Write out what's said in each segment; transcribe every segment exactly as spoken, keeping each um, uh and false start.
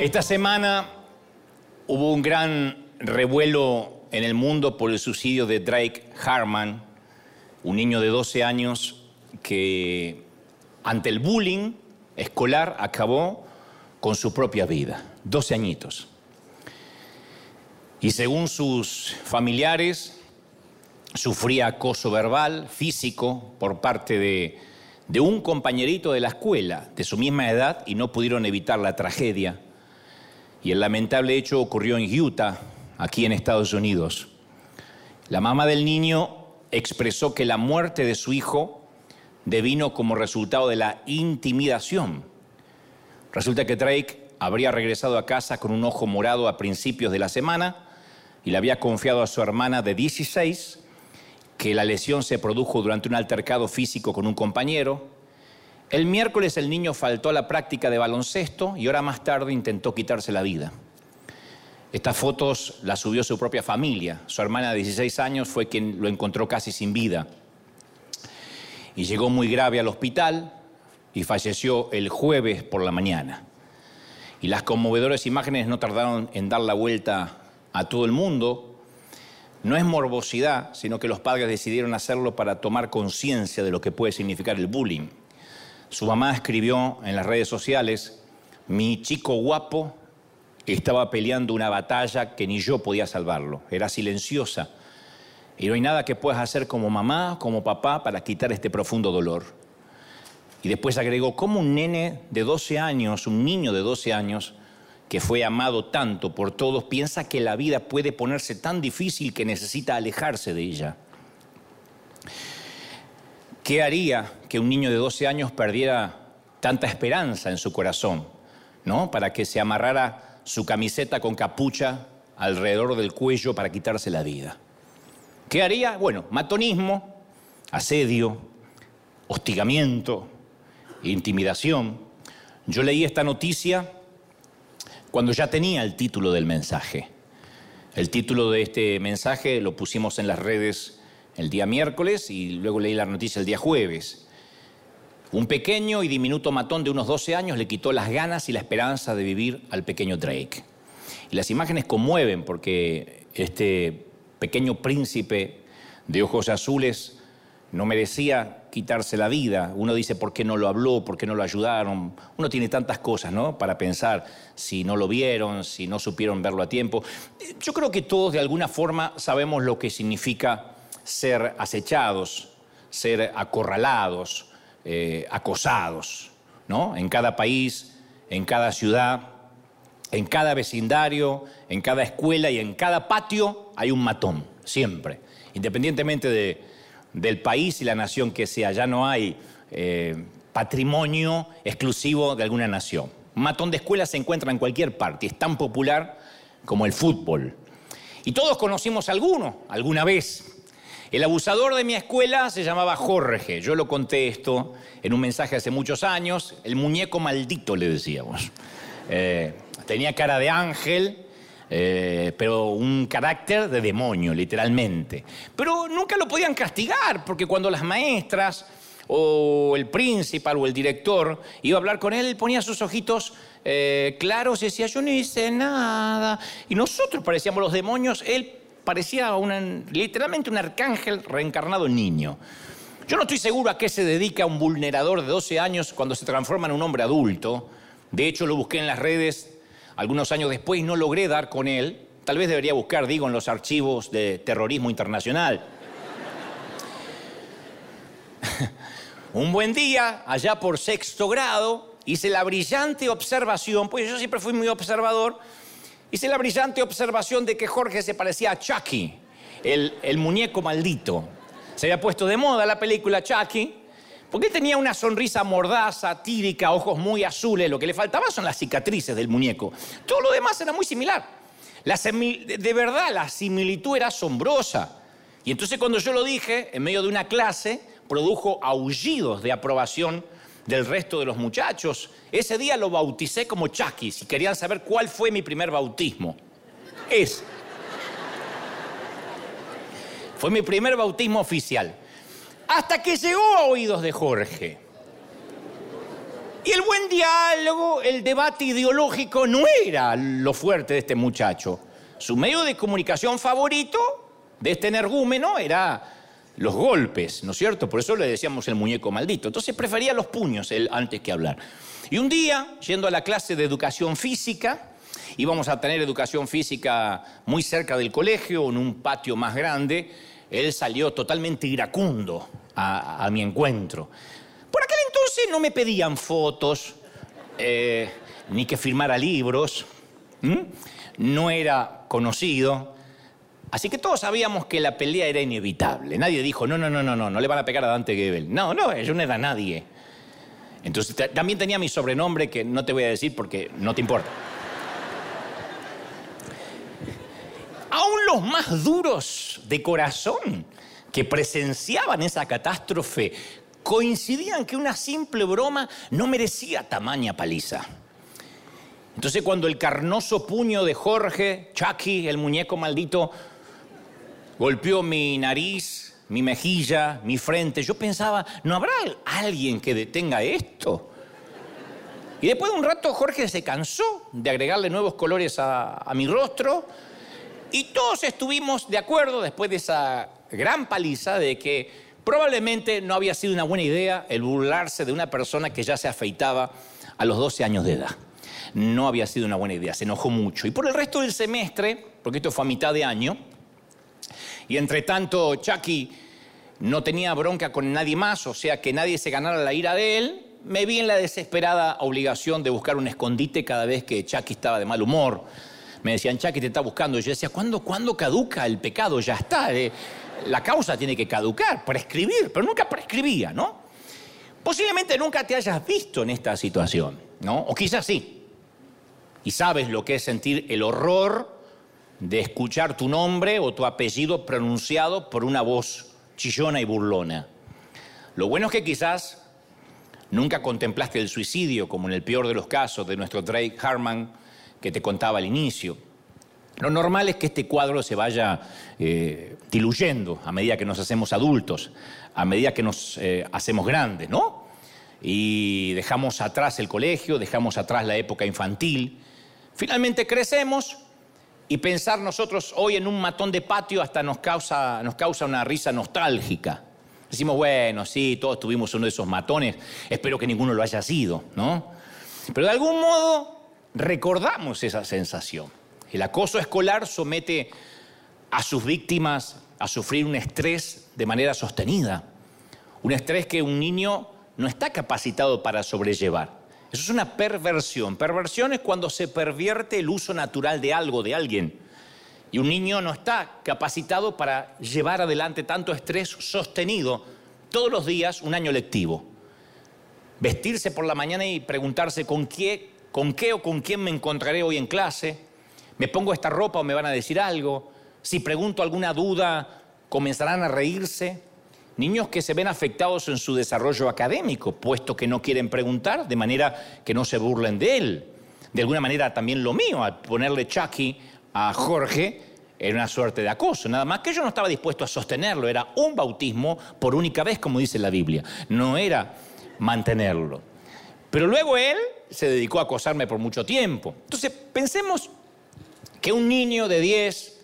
Esta semana hubo un gran revuelo en el mundo por el suicidio de Drake Harman, un niño de doce años que, ante el bullying escolar, acabó con su propia vida. doce añitos. Y según sus familiares, sufría acoso verbal, físico, por parte de, de un compañerito de la escuela, de su misma edad, y no pudieron evitar la tragedia. Y el lamentable hecho ocurrió en Utah, aquí en Estados Unidos. La mamá del niño expresó que la muerte de su hijo devino como resultado de la intimidación. Resulta que Drake habría regresado a casa con un ojo morado a principios de la semana y le había confiado a su hermana de dieciséis que la lesión se produjo durante un altercado físico con un compañero. El miércoles el niño faltó a la práctica de baloncesto y hora más tarde intentó quitarse la vida. Estas fotos las subió su propia familia. Su hermana de dieciséis años fue quien lo encontró casi sin vida. Y llegó muy grave al hospital y falleció el jueves por la mañana. Y las conmovedoras imágenes no tardaron en dar la vuelta a todo el mundo. No es morbosidad, sino que los padres decidieron hacerlo para tomar conciencia de lo que puede significar el bullying. Su mamá escribió en las redes sociales: mi chico guapo estaba peleando una batalla que ni yo podía salvarlo. Era silenciosa. Y no hay nada que puedas hacer como mamá, como papá, para quitar este profundo dolor. Y después agregó: ¿cómo un nene de doce años, un niño de doce años, que fue amado tanto por todos, piensa que la vida puede ponerse tan difícil que necesita alejarse de ella? ¿Qué haría que un niño de doce años perdiera tanta esperanza en su corazón, ¿no? Para que se amarrara su camiseta con capucha alrededor del cuello para quitarse la vida. ¿Qué haría? Bueno, matonismo, asedio, hostigamiento, intimidación. Yo leí esta noticia cuando ya tenía el título del mensaje. El título de este mensaje lo pusimos en las redes el día miércoles y luego leí la noticia el día jueves. Un pequeño y diminuto matón de unos doce años le quitó las ganas y la esperanza de vivir al pequeño Drake. Y las imágenes conmueven porque este pequeño príncipe de ojos azules no merecía quitarse la vida. Uno dice, ¿por qué no lo habló? ¿Por qué no lo ayudaron? Uno tiene tantas cosas, ¿no?, para pensar, si no lo vieron, si no supieron verlo a tiempo. Yo creo que todos de alguna forma sabemos lo que significa ser acechados, ser acorralados, eh, acosados, ¿no? En cada país, en cada ciudad, en cada vecindario, en cada escuela y en cada patio hay un matón, siempre. Independientemente de, del país y la nación que sea, ya no hay eh, patrimonio exclusivo de alguna nación. Un matón de escuela se encuentra en cualquier parte, es tan popular como el fútbol. Y todos conocimos a alguno, alguna vez. El abusador de mi escuela se llamaba Jorge. Yo lo conté esto en un mensaje hace muchos años. El muñeco maldito, le decíamos. Eh, tenía cara de ángel, eh, pero un carácter de demonio, literalmente. Pero nunca lo podían castigar, porque cuando las maestras o el principal o el director iba a hablar con él, él ponía sus ojitos eh, claros y decía, yo no hice nada. Y nosotros parecíamos los demonios, él parecía una, literalmente un arcángel reencarnado en niño. Yo no estoy seguro a qué se dedica un vulnerador de doce años cuando se transforma en un hombre adulto. De hecho, lo busqué en las redes algunos años después y no logré dar con él. Tal vez debería buscar, digo, en los archivos de terrorismo internacional. Un buen día, allá por sexto grado, hice la brillante observación, pues yo siempre fui muy observador, hice la brillante observación de que Jorge se parecía a Chucky, el, el muñeco maldito. Se había puesto de moda la película Chucky, porque él tenía una sonrisa mordaz, satírica, ojos muy azules. Lo que le faltaba son las cicatrices del muñeco. Todo lo demás era muy similar. La de verdad, la similitud era asombrosa. Y entonces cuando yo lo dije, en medio de una clase, produjo aullidos de aprobación del resto de los muchachos. Ese día lo bauticé como Chucky, si querían saber cuál fue mi primer bautismo. Ese. Fue mi primer bautismo oficial. Hasta que llegó a oídos de Jorge. Y el buen diálogo, el debate ideológico no era lo fuerte de este muchacho. Su medio de comunicación favorito de este energúmeno era los golpes, ¿no es cierto? Por eso le decíamos el muñeco maldito. Entonces prefería los puños él antes que hablar. Y un día, yendo a la clase de educación física, íbamos a tener educación física muy cerca del colegio, en un patio más grande, él salió totalmente iracundo a, a mi encuentro. Por aquel entonces no me pedían fotos, eh, ni que firmara libros, ¿Mm? No era conocido, así que todos sabíamos que la pelea era inevitable. Nadie dijo, no, no, no, no, no, no le van a pegar a Dante Gebel. No, no, yo no era nadie. Entonces también tenía mi sobrenombre que no te voy a decir porque no te importa. Aún los más duros de corazón que presenciaban esa catástrofe coincidían que una simple broma no merecía tamaña paliza. Entonces, cuando el carnoso puño de Jorge, Chucky, el muñeco maldito, golpeó mi nariz, mi mejilla, mi frente, yo pensaba, ¿no habrá alguien que detenga esto? Y después de un rato Jorge se cansó de agregarle nuevos colores a, a mi rostro y todos estuvimos de acuerdo, después de esa gran paliza, de que probablemente no había sido una buena idea el burlarse de una persona que ya se afeitaba a los doce años de edad. No había sido una buena idea, se enojó mucho. Y por el resto del semestre, porque esto fue a mitad de año, y entre tanto Chucky no tenía bronca con nadie más, o sea que nadie se ganara la ira de él, me vi en la desesperada obligación de buscar un escondite cada vez que Chucky estaba de mal humor. Me decían, Chucky te está buscando. Y yo decía, ¿cuándo, ¿cuándo caduca el pecado? Ya está, eh, la causa tiene que caducar, prescribir, pero nunca prescribía, ¿no? Posiblemente nunca te hayas visto en esta situación, ¿no? O quizás sí. Y sabes lo que es sentir el horror de escuchar tu nombre o tu apellido pronunciado por una voz chillona y burlona. Lo bueno es que quizás nunca contemplaste el suicidio, como en el peor de los casos de nuestro Drake Harman que te contaba al inicio. Lo normal es que este cuadro se vaya eh, diluyendo a medida que nos hacemos adultos, a medida que nos eh, hacemos grandes, ¿no? Y dejamos atrás el colegio, dejamos atrás la época infantil. Finalmente crecemos y pensar nosotros hoy en un matón de patio hasta nos causa, nos causa una risa nostálgica. Decimos, bueno, sí, todos tuvimos uno de esos matones, espero que ninguno lo haya sido, ¿no? Pero de algún modo recordamos esa sensación. El acoso escolar somete a sus víctimas a sufrir un estrés de manera sostenida. Un estrés que un niño no está capacitado para sobrellevar. Eso es una perversión. Perversión es cuando se pervierte el uso natural de algo, de alguien. Y un niño no está capacitado para llevar adelante tanto estrés sostenido todos los días un año lectivo. Vestirse por la mañana y preguntarse con qué, con qué o con quién me encontraré hoy en clase. ¿Me pongo esta ropa o me van a decir algo? Si pregunto alguna duda, ¿comenzarán a reírse? Niños que se ven afectados en su desarrollo académico, puesto que no quieren preguntar, de manera que no se burlen de él. De alguna manera también lo mío, al ponerle Chucky a Jorge, era una suerte de acoso. Nada más que yo no estaba dispuesto a sostenerlo, era un bautismo por única vez, como dice la Biblia. No era mantenerlo. Pero luego él se dedicó a acosarme por mucho tiempo. Entonces, pensemos que un niño de diez,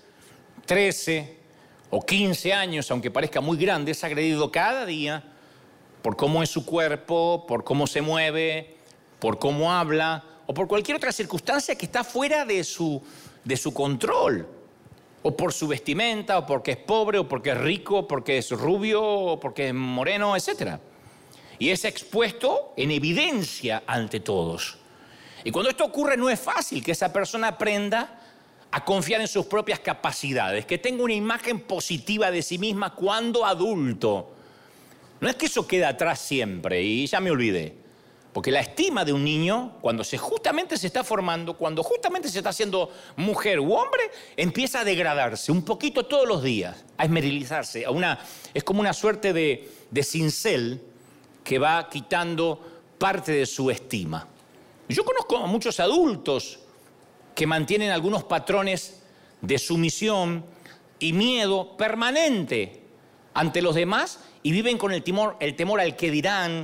trece o quince años, aunque parezca muy grande, es agredido cada día por cómo es su cuerpo, por cómo se mueve, por cómo habla o por cualquier otra circunstancia que está fuera de su, de su control. O por su vestimenta, o porque es pobre, o porque es rico, o porque es rubio, o porque es moreno, etcétera. Y es expuesto en evidencia ante todos. Y cuando esto ocurre no es fácil que esa persona aprenda a confiar en sus propias capacidades, que tenga una imagen positiva de sí misma cuando adulto. No es que eso quede atrás siempre y ya me olvidé. Porque la estima de un niño, cuando se, justamente se está formando, cuando justamente se está haciendo mujer u hombre, empieza a degradarse un poquito todos los días, a esmerilizarse. A una, es como una suerte de, de cincel que va quitando parte de su estima. Yo conozco a muchos adultos que mantienen algunos patrones de sumisión y miedo permanente ante los demás y viven con el temor, el temor al que dirán,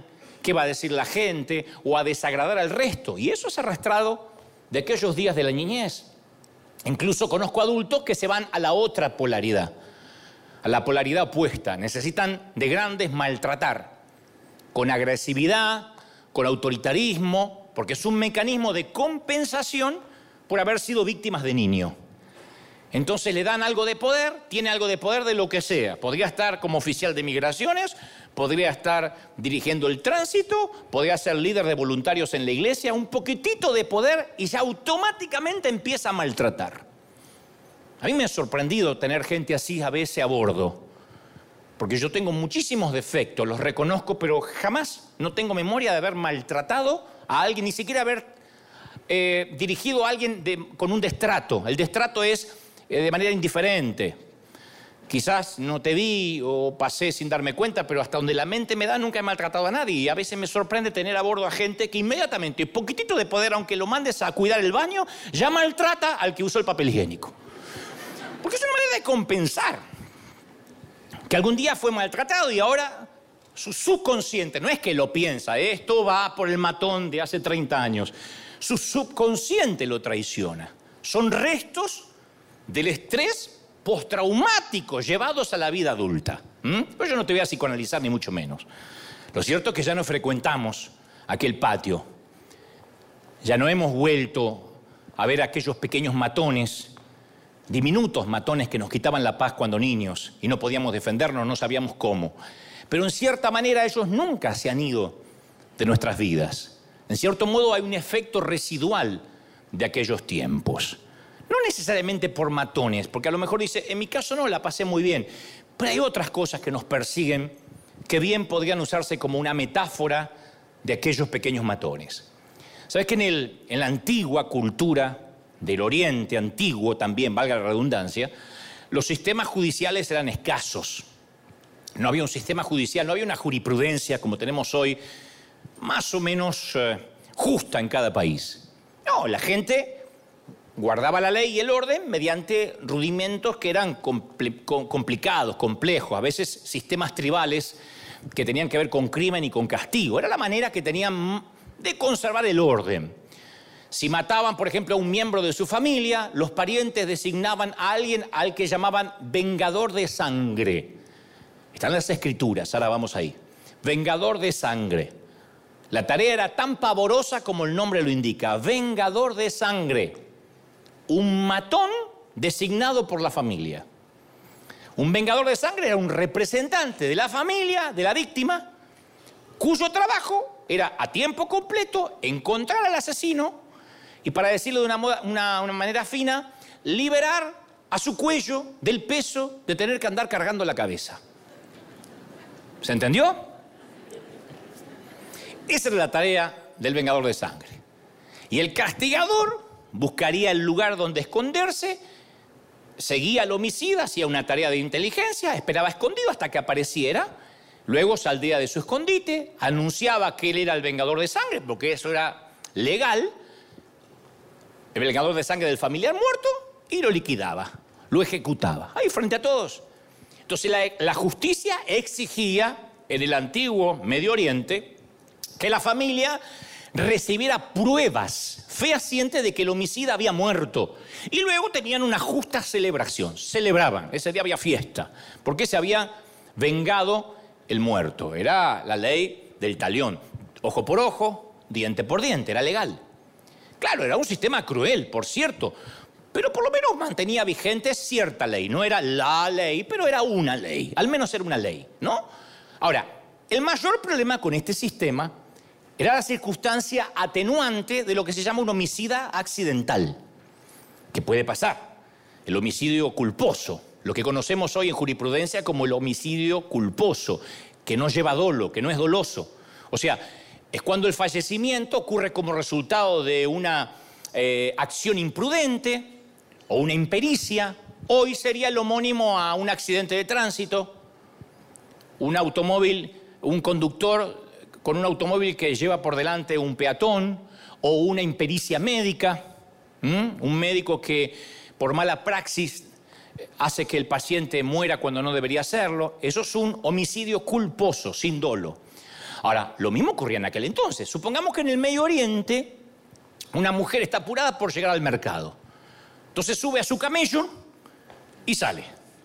qué va a decir la gente o a desagradar al resto. Y eso es arrastrado de aquellos días de la niñez. Incluso conozco adultos que se van a la otra polaridad, a la polaridad opuesta. Necesitan de grandes maltratar, con agresividad, con autoritarismo, porque es un mecanismo de compensación por haber sido víctimas de niño. Entonces le dan algo de poder, tiene algo de poder de lo que sea. Podría estar como oficial de migraciones, podría estar dirigiendo el tránsito, podría ser líder de voluntarios en la iglesia, un poquitito de poder y ya automáticamente empieza a maltratar. A mí me ha sorprendido tener gente así a veces a bordo, porque yo tengo muchísimos defectos, los reconozco, pero jamás no tengo memoria de haber maltratado a alguien, ni siquiera haber eh, dirigido a alguien de, con un destrato. El destrato es eh, de manera indiferente. Quizás no te vi o pasé sin darme cuenta, pero hasta donde la mente me da nunca he maltratado a nadie. Y a veces me sorprende tener a bordo a gente que inmediatamente, poquitito de poder, aunque lo mandes a cuidar el baño, ya maltrata al que usó el papel higiénico. Porque es una manera de compensar. Que algún día fue maltratado y ahora su subconsciente, no es que lo piensa, esto va por el matón de hace treinta años, su subconsciente lo traiciona. Son restos del estrés postraumático llevados a la vida adulta. ¿Mm? Pues yo no te voy a psicoanalizar ni mucho menos. Lo cierto es que ya no frecuentamos aquel patio. Ya no hemos vuelto a ver aquellos pequeños matones, diminutos matones que nos quitaban la paz cuando niños y no podíamos defendernos, no sabíamos cómo. Pero en cierta manera ellos nunca se han ido de nuestras vidas. En cierto modo hay un efecto residual de aquellos tiempos. No necesariamente por matones, porque a lo mejor dice, en mi caso no, la pasé muy bien. Pero hay otras cosas que nos persiguen que bien podrían usarse como una metáfora de aquellos pequeños matones. ¿Sabes que en, el, en la antigua cultura del Oriente Antiguo, también, valga la redundancia, los sistemas judiciales eran escasos? No había un sistema judicial, no había una jurisprudencia como tenemos hoy, más o menos eh, justa en cada país. No, la gente guardaba la ley y el orden mediante rudimentos que eran compl- complicados, complejos, a veces sistemas tribales que tenían que ver con crimen y con castigo. Era la manera que tenían de conservar el orden. Si mataban, por ejemplo, a un miembro de su familia, los parientes designaban a alguien al que llamaban vengador de sangre. Están las escrituras, ahora vamos ahí. Vengador de sangre. La tarea era tan pavorosa como el nombre lo indica. Vengador de sangre. Un matón designado por la familia. Un vengador de sangre era un representante de la familia, de la víctima, cuyo trabajo era a tiempo completo encontrar al asesino y, para decirlo de una, moda, una, una manera fina, liberar a su cuello del peso de tener que andar cargando la cabeza. ¿Se entendió? Esa era la tarea del vengador de sangre. Y el castigador buscaría el lugar donde esconderse, seguía al homicida, hacía una tarea de inteligencia, esperaba escondido hasta que apareciera, luego saldría de su escondite, anunciaba que él era el vengador de sangre, porque eso era legal, el vengador de sangre del familiar muerto, y lo liquidaba, lo ejecutaba, ahí frente a todos. Entonces la, la justicia exigía en el antiguo Medio Oriente que la familia recibiera pruebas fehacientes de que el homicida había muerto. Y luego tenían una justa celebración. Celebraban, ese día había fiesta, porque se había vengado el muerto. Era la ley del talión. Ojo por ojo, diente por diente, era legal. Claro, era un sistema cruel, por cierto, pero por lo menos mantenía vigente cierta ley. No era la ley, pero era una ley. Al menos era una ley, ¿no? Ahora, el mayor problema con este sistema era la circunstancia atenuante de lo que se llama un homicida accidental, que puede pasar, el homicidio culposo, lo que conocemos hoy en jurisprudencia como el homicidio culposo, que no lleva dolo, que no es doloso. O sea, es cuando el fallecimiento ocurre como resultado de una eh, acción imprudente o una impericia. Hoy sería el homónimo a un accidente de tránsito, un automóvil, un conductor con un automóvil que lleva por delante un peatón, o una impericia médica, ¿m? un médico que por mala praxis hace que el paciente muera cuando no debería hacerlo. Eso es un homicidio culposo, sin dolo. Ahora, lo mismo ocurría en aquel entonces. Supongamos que en el Medio Oriente una mujer está apurada por llegar al mercado. Entonces sube a su camello y sale.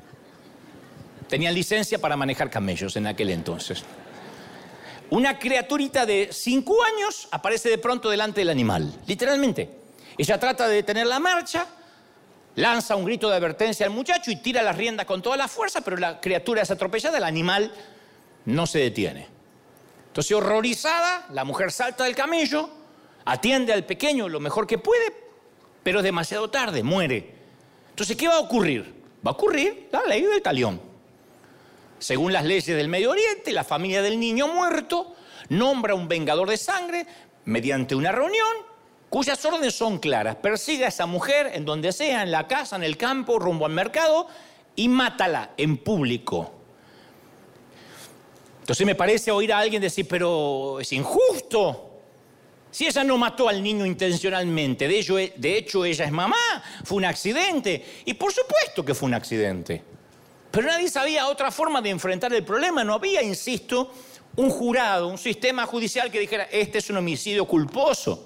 Tenían licencia para manejar camellos en aquel entonces. Una criaturita de cinco años aparece de pronto delante del animal, literalmente. Ella trata de detener la marcha, lanza un grito de advertencia al muchacho y tira las riendas con toda la fuerza, pero la criatura es atropellada, el animal no se detiene. Entonces, horrorizada, la mujer salta del camello, atiende al pequeño lo mejor que puede, pero es demasiado tarde, muere. Entonces, ¿qué va a ocurrir? Va a ocurrir la ley del talión. Según las leyes del Medio Oriente, la familia del niño muerto nombra un vengador de sangre mediante una reunión cuyas órdenes son claras. Persiga a esa mujer en donde sea, en la casa, en el campo, rumbo al mercado, y mátala en público. Entonces me parece oír a alguien decir, pero es injusto. Si ella no mató al niño intencionalmente, de hecho, de hecho ella es mamá, fue un accidente. Y por supuesto que fue un accidente. Pero nadie sabía otra forma de enfrentar el problema. No había, insisto, un jurado, un sistema judicial que dijera, este es un homicidio culposo.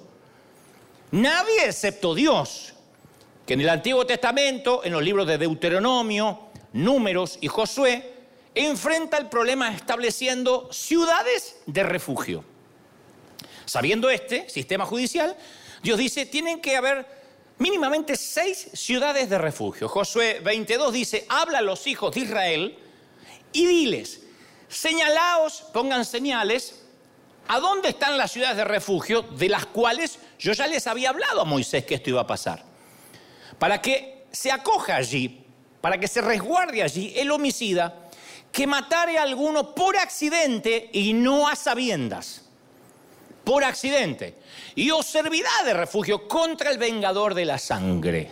Nadie excepto Dios, que en el Antiguo Testamento, en los libros de Deuteronomio, Números y Josué, enfrenta el problema estableciendo ciudades de refugio. Sabiendo este sistema judicial, Dios dice, tienen que haber mínimamente seis ciudades de refugio. Josué veintidós dice, habla a los hijos de Israel y diles, señalaos, pongan señales, ¿a dónde están las ciudades de refugio de las cuales yo ya les había hablado a Moisés que esto iba a pasar? Para que se acoja allí, para que se resguarde allí el homicida que matare a alguno por accidente y no a sabiendas. Por accidente. Y os servirá de refugio contra el vengador de la sangre.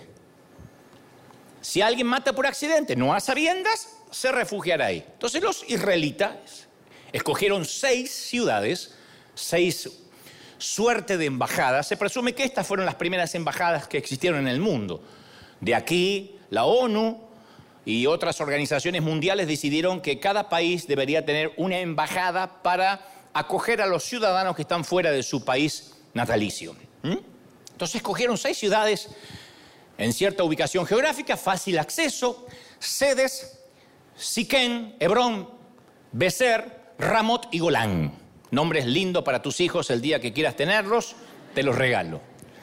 Si alguien mata por accidente, no a sabiendas, se refugiará ahí. Entonces los israelitas escogieron seis ciudades, seis suerte de embajadas. Se presume que estas fueron las primeras embajadas que existieron en el mundo. De aquí, la ONU y otras organizaciones mundiales decidieron que cada país debería tener una embajada para acoger a los ciudadanos que están fuera de su país natalicio. ¿Mm? Entonces escogieron seis ciudades en cierta ubicación geográfica, fácil acceso, sedes, Siquén, Hebrón, Becer, Ramot y Golán. Nombres lindos para tus hijos el día que quieras tenerlos, te los regalo.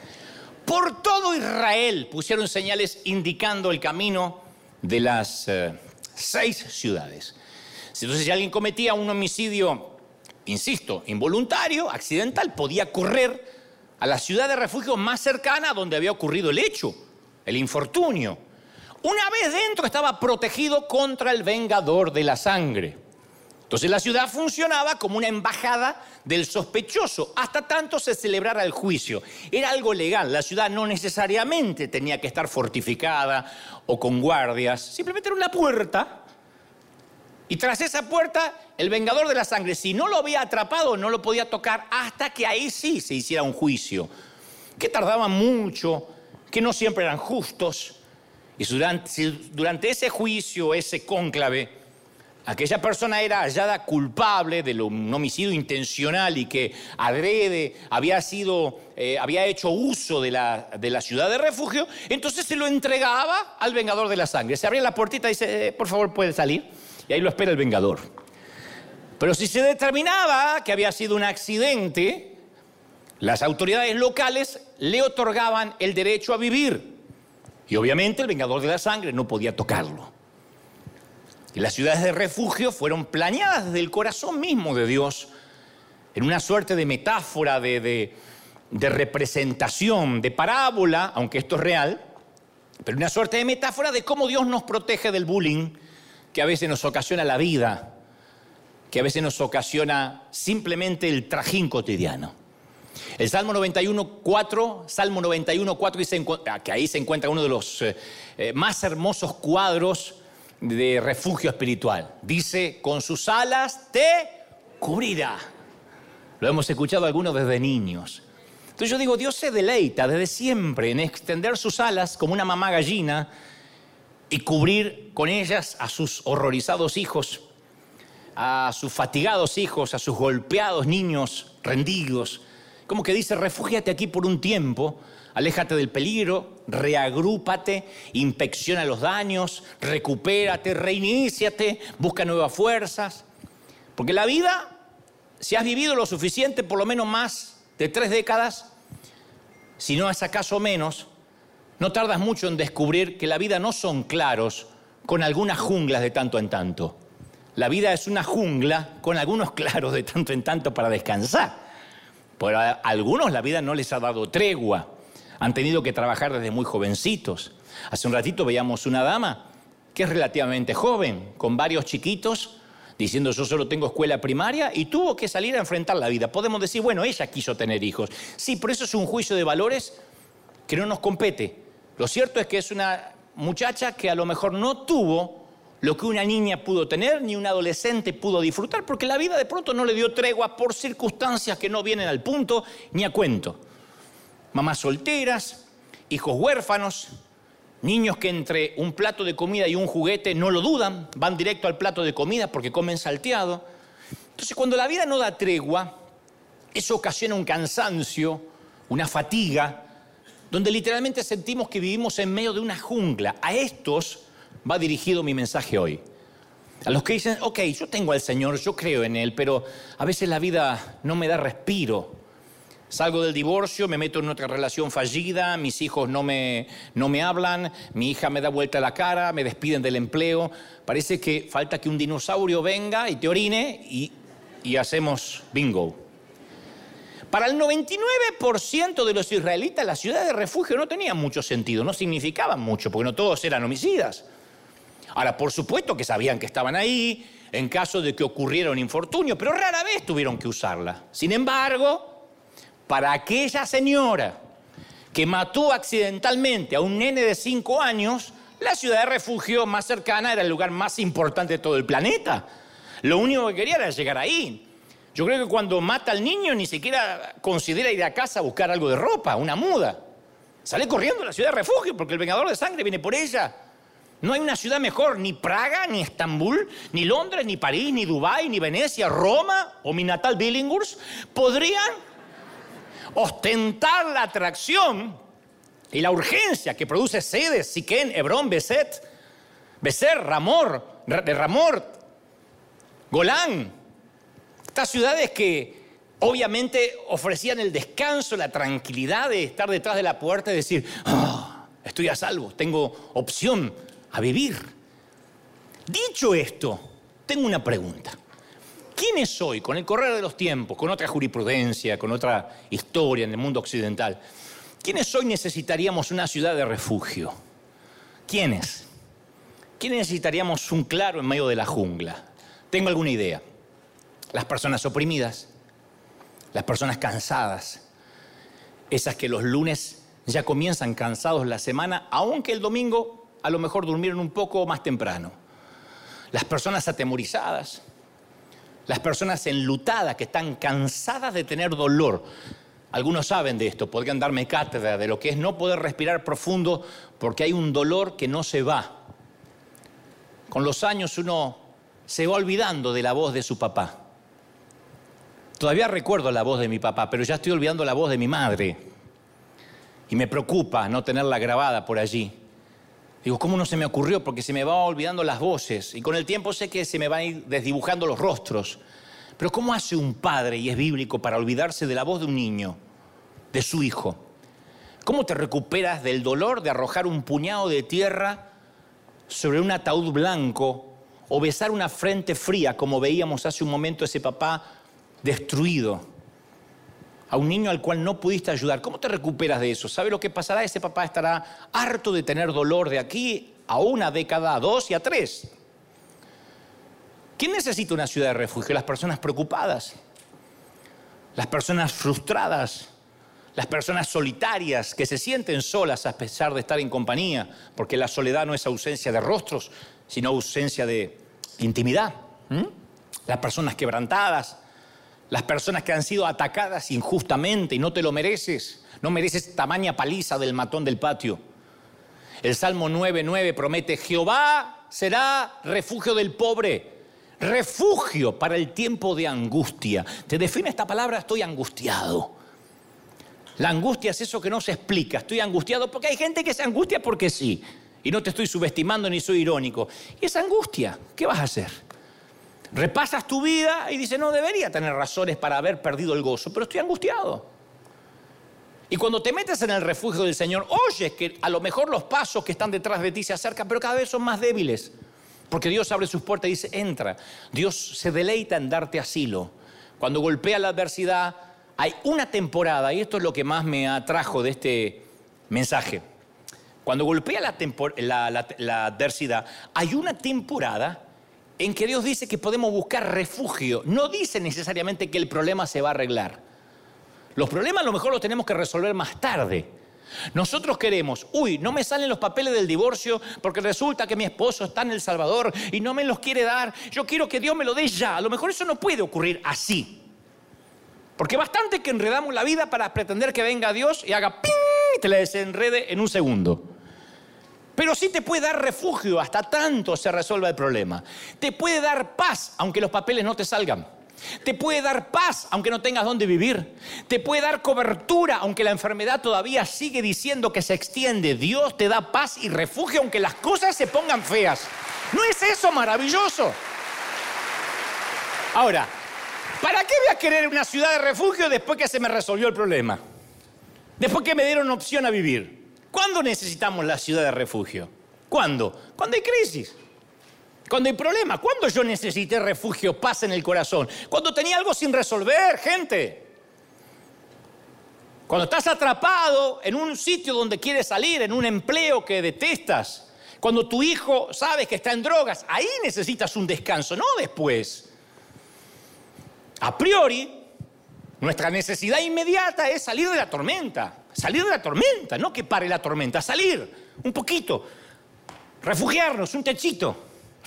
Por todo Israel pusieron señales indicando el camino de las eh, seis ciudades. Entonces, si alguien cometía un homicidio, insisto, involuntario, accidental, podía correr a la ciudad de refugio más cercana donde había ocurrido el hecho, el infortunio. Una vez dentro estaba protegido contra el vengador de la sangre. Entonces la ciudad funcionaba como una embajada del sospechoso, hasta tanto se celebrara el juicio. Era algo legal, la ciudad no necesariamente tenía que estar fortificada o con guardias, simplemente era una puerta. Y tras esa puerta, el vengador de la sangre, si no lo había atrapado, no lo podía tocar hasta que ahí sí se hiciera un juicio. Que tardaba mucho, que no siempre eran justos. Y durante, durante ese juicio, ese cónclave, aquella persona era hallada culpable de un homicidio intencional y que adrede había sido, eh, había hecho uso de la, de la ciudad de refugio, entonces se lo entregaba al vengador de la sangre. Se abría la puertita y dice, eh, por favor, puede salir. Y ahí lo espera el vengador. Pero si se determinaba que había sido un accidente, las autoridades locales le otorgaban el derecho a vivir. Y obviamente el vengador de la sangre no podía tocarlo. Y las ciudades de refugio fueron planeadas desde el corazón mismo de Dios, en una suerte de metáfora, de, de, de representación, de parábola, aunque esto es real, pero una suerte de metáfora de cómo Dios nos protege del bullying que a veces nos ocasiona la vida, que a veces nos ocasiona simplemente el trajín cotidiano. El Salmo noventa y uno, cuatro, Salmo noventa y uno, cuatro, dice, que ahí se encuentra uno de los eh, más hermosos cuadros de refugio espiritual. Dice, con sus alas te cubrirá. Lo hemos escuchado algunos desde niños. Entonces yo digo, Dios se deleita desde siempre en extender sus alas como una mamá gallina y cubrir con ellas a sus horrorizados hijos. a sus fatigados hijos, a sus golpeados niños rendidos. Como que dice, refúgiate aquí por un tiempo, aléjate del peligro, reagrúpate, inspecciona los daños, recupérate, reiníciate, busca nuevas fuerzas. Porque la vida, si has vivido lo suficiente, por lo menos más de tres décadas, si no es acaso menos, no tardas mucho en descubrir que la vida no son claros con algunas junglas de tanto en tanto. La vida es una jungla con algunos claros de tanto en tanto para descansar. Pero a algunos la vida no les ha dado tregua. Han tenido que trabajar desde muy jovencitos. Hace un ratito veíamos una dama que es relativamente joven, con varios chiquitos, diciendo yo solo tengo escuela primaria y tuvo que salir a enfrentar la vida. Podemos decir, bueno, ella quiso tener hijos. Sí, pero eso es un juicio de valores que no nos compete. Lo cierto es que es una muchacha que a lo mejor no tuvo lo que una niña pudo tener, ni un adolescente pudo disfrutar, porque la vida de pronto no le dio tregua por circunstancias que no vienen al punto ni a cuento. Mamás solteras, hijos huérfanos, niños que entre un plato de comida y un juguete no lo dudan, van directo al plato de comida porque comen salteado. Entonces, cuando la vida no da tregua, eso ocasiona un cansancio, una fatiga, donde literalmente sentimos que vivimos en medio de una jungla. A estos va dirigido mi mensaje hoy. A los que dicen, ok, yo tengo al Señor, yo creo en Él, pero a veces la vida no me da respiro. Salgo del divorcio, me meto en otra relación fallida, mis hijos no me, no me hablan, mi hija me da vuelta la cara, me despiden del empleo. Parece que falta que un dinosaurio venga y te orine y, y hacemos bingo. Para el noventa y nueve por ciento de los israelitas, las ciudades de refugio no tenían mucho sentido, no significaban mucho, porque no todos eran homicidas. Ahora, por supuesto que sabían que estaban ahí en caso de que ocurriera un infortunio, pero rara vez tuvieron que usarla. Sin embargo, para aquella señora que mató accidentalmente a un nene de cinco años, la ciudad de refugio más cercana era el lugar más importante de todo el planeta. Lo único que quería era llegar ahí. Yo creo que cuando mata al niño ni siquiera considera ir a casa a buscar algo de ropa, una muda. Sale corriendo a la ciudad de refugio porque el vengador de sangre viene por ella. No hay una ciudad mejor, ni Praga, ni Estambul, ni Londres, ni París, ni Dubái, ni Venecia, Roma o mi natal Billinghurst podrían ostentar la atracción y la urgencia que produce Sedes, Siquén, Hebrón, Beset, Becer, Ramor, Ramor, Golán. Estas ciudades que obviamente ofrecían el descanso, la tranquilidad de estar detrás de la puerta y decir, oh, estoy a salvo, tengo opción a vivir. Dicho esto, tengo una pregunta. ¿Quién es hoy, con el correr de los tiempos, con otra jurisprudencia, con otra historia en el mundo occidental, quiénes hoy necesitaríamos una ciudad de refugio? ¿Quiénes? ¿Quiénes necesitaríamos un claro en medio de la jungla? Tengo alguna idea. Las personas oprimidas, las personas cansadas, esas que los lunes ya comienzan cansados la semana, aunque el domingo a lo mejor durmieron un poco más temprano. Las personas atemorizadas, las personas enlutadas que están cansadas de tener dolor. Algunos saben de esto, podrían darme cátedra de lo que es no poder respirar profundo porque hay un dolor que no se va. Con los años uno se va olvidando de la voz de su papá. Todavía recuerdo la voz de mi papá, pero ya estoy olvidando la voz de mi madre. Y me preocupa no tenerla grabada por allí. Digo, ¿cómo no se me ocurrió? Porque se me van olvidando las voces. Y con el tiempo sé que se me van a ir desdibujando los rostros. Pero ¿cómo hace un padre, y es bíblico, para olvidarse de la voz de un niño, de su hijo? ¿Cómo te recuperas del dolor de arrojar un puñado de tierra sobre un ataúd blanco o besar una frente fría, como veíamos hace un momento ese papá destruido, a un niño al cual no pudiste ayudar? ¿Cómo te recuperas de eso? ¿Sabe lo que pasará? Ese papá estará harto de tener dolor de aquí a una década, a dos y a tres. ¿Quién necesita una ciudad de refugio? Las personas preocupadas, las personas frustradas, las personas solitarias que se sienten solas a pesar de estar en compañía, porque la soledad no es ausencia de rostros, sino ausencia de intimidad. ¿Mm? Las personas quebrantadas, las personas que han sido atacadas injustamente y no te lo mereces, no mereces tamaña paliza del matón del patio. El Salmo nueve nueve promete, Jehová será refugio del pobre, refugio para el tiempo de angustia. Te define esta palabra, estoy angustiado. La angustia es eso que no se explica. Estoy angustiado porque hay gente que se angustia porque sí. Y no te estoy subestimando ni soy irónico. Y esa angustia, ¿qué vas a hacer? Repasas tu vida y dices, no debería tener razones para haber perdido el gozo, pero estoy angustiado. Y cuando te metes en el refugio del Señor, oyes que a lo mejor los pasos que están detrás de ti se acercan, pero cada vez son más débiles. Porque Dios abre sus puertas y dice, entra. Dios se deleita en darte asilo. Cuando golpea la adversidad, hay una temporada, y esto es lo que más me atrajo de este mensaje. Cuando golpea la, la, la, la adversidad, hay una temporada en que Dios dice que podemos buscar refugio. No dice necesariamente que el problema se va a arreglar. Los problemas a lo mejor los tenemos que resolver más tarde. Nosotros queremos, uy, no me salen los papeles del divorcio porque resulta que mi esposo está en El Salvador y no me los quiere dar. Yo quiero que Dios me lo dé ya. A lo mejor eso no puede ocurrir así. Porque bastante que enredamos la vida para pretender que venga Dios y haga ¡ping! Y te la desenrede en un segundo. Pero sí te puede dar refugio hasta tanto se resuelva el problema. Te puede dar paz aunque los papeles no te salgan. Te puede dar paz aunque no tengas dónde vivir. Te puede dar cobertura aunque la enfermedad todavía sigue diciendo que se extiende. Dios te da paz y refugio aunque las cosas se pongan feas. ¿No es eso maravilloso? Ahora, ¿para qué voy a querer una ciudad de refugio después que se me resolvió el problema? Después que me dieron opción a vivir. ¿Cuándo necesitamos la ciudad de refugio? ¿Cuándo? Cuando hay crisis. Cuando hay problema. ¿Cuándo yo necesité refugio, paz en el corazón? Cuando tenía algo sin resolver, gente. Cuando estás atrapado en un sitio donde quieres salir, en un empleo que detestas. Cuando tu hijo sabes que está en drogas, ahí necesitas un descanso, no después. A priori, nuestra necesidad inmediata es salir de la tormenta. Salir de la tormenta, no que pare la tormenta, salir un poquito. Refugiarnos, un techito.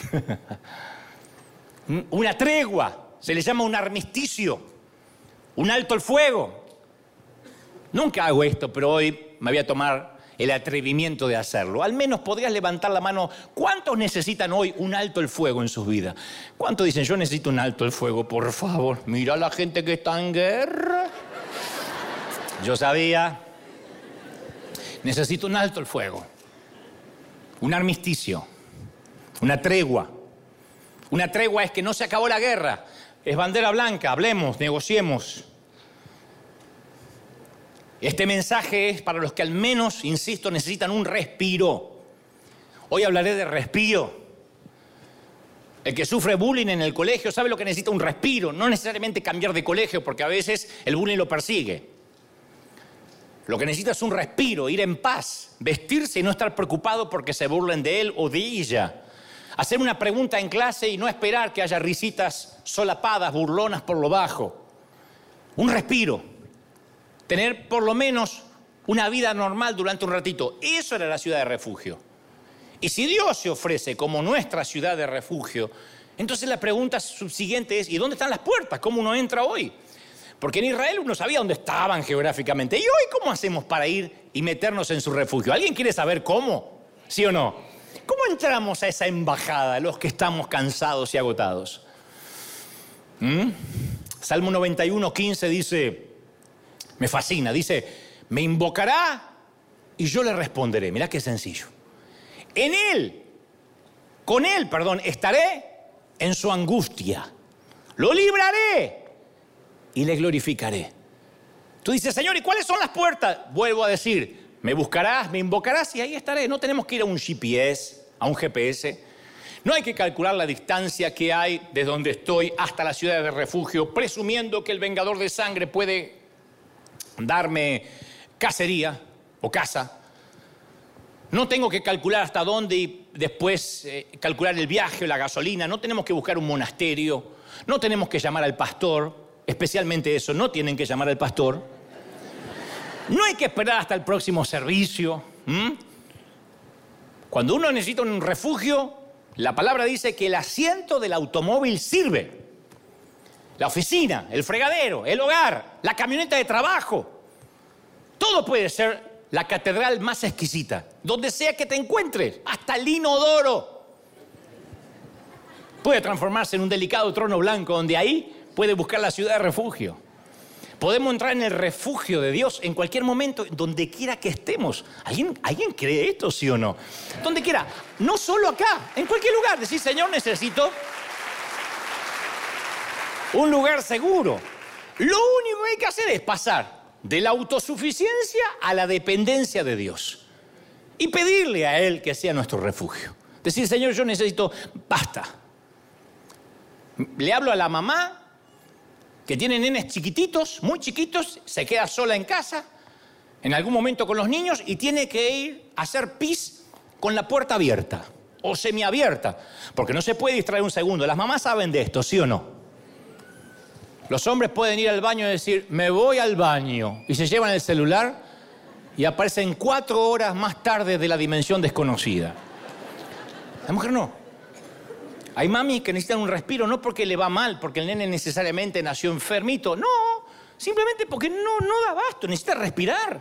Una tregua, se le llama un armisticio, un alto el fuego. Nunca hago esto, pero hoy me voy a tomar el atrevimiento de hacerlo. Al menos podrías levantar la mano. ¿Cuántos necesitan hoy un alto el fuego en sus vidas? ¿Cuántos dicen, yo necesito un alto el fuego, por favor? Mira a la gente que está en guerra. Yo sabía. Necesito un alto el fuego, un armisticio. Una tregua. Una tregua es que no se acabó la guerra. Es bandera blanca. Hablemos, negociemos. Este mensaje es para los que al menos, insisto, necesitan un respiro. Hoy hablaré de respiro. El que sufre bullying en el colegio sabe lo que necesita un respiro. No necesariamente cambiar de colegio, porque a veces el bullying lo persigue. Lo que necesita es un respiro, ir en paz, vestirse y no estar preocupado porque se burlen de él o de ella. Hacer una pregunta en clase y no esperar que haya risitas solapadas, burlonas por lo bajo. Un respiro. Tener por lo menos una vida normal durante un ratito. Eso era la ciudad de refugio. Y si Dios se ofrece como nuestra ciudad de refugio, entonces la pregunta subsiguiente es, ¿y dónde están las puertas? ¿Cómo uno entra hoy? Porque en Israel uno sabía dónde estaban geográficamente. ¿Y hoy cómo hacemos para ir y meternos en su refugio? ¿Alguien quiere saber cómo? ¿Sí o no? ¿Cómo entramos a esa embajada, los que estamos cansados y agotados? ¿Mm? Salmo noventa y uno, quince dice, me fascina, dice, me invocará y yo le responderé. Mirá qué sencillo. En él, con él, perdón, estaré en su angustia. Lo libraré y le glorificaré. Tú dices, Señor, ¿y cuáles son las puertas? Vuelvo a decir, me buscarás, me invocarás y ahí estaré. No tenemos que ir a un G P S, a un G P S. No hay que calcular la distancia que hay desde donde estoy hasta la ciudad de refugio, presumiendo que el vengador de sangre puede darme cacería o casa. No tengo que calcular hasta dónde y después eh, calcular el viaje o la gasolina. No tenemos que buscar un monasterio. No tenemos que llamar al pastor. Especialmente eso, no tienen que llamar al pastor. No hay que esperar hasta el próximo servicio. ¿Mm? Cuando uno necesita un refugio, la palabra dice que el asiento del automóvil sirve. La oficina, el fregadero, el hogar, la camioneta de trabajo. Todo puede ser la catedral más exquisita, donde sea que te encuentres, hasta el inodoro. Puede transformarse en un delicado trono blanco donde ahí puede buscar la ciudad de refugio. Podemos entrar en el refugio de Dios en cualquier momento, donde quiera que estemos. ¿Alguien, ¿Alguien cree esto, sí o no? Donde quiera, no solo acá, en cualquier lugar. Decir, Señor, necesito un lugar seguro. Lo único que hay que hacer es pasar de la autosuficiencia a la dependencia de Dios. Y pedirle a Él que sea nuestro refugio. Decir, Señor, yo necesito, basta. Le hablo a la mamá que tiene nenes chiquititos, muy chiquitos, se queda sola en casa, en algún momento con los niños, y tiene que ir a hacer pis con la puerta abierta o semiabierta, porque no se puede distraer un segundo. Las mamás saben de esto, ¿sí o no? Los hombres pueden ir al baño y decir, me voy al baño, y se llevan el celular y aparecen cuatro horas más tarde de la dimensión desconocida. La mujer no. Hay mami que necesitan un respiro, no porque le va mal, porque el nene necesariamente nació enfermito. No, simplemente porque no, no da abasto, necesita respirar.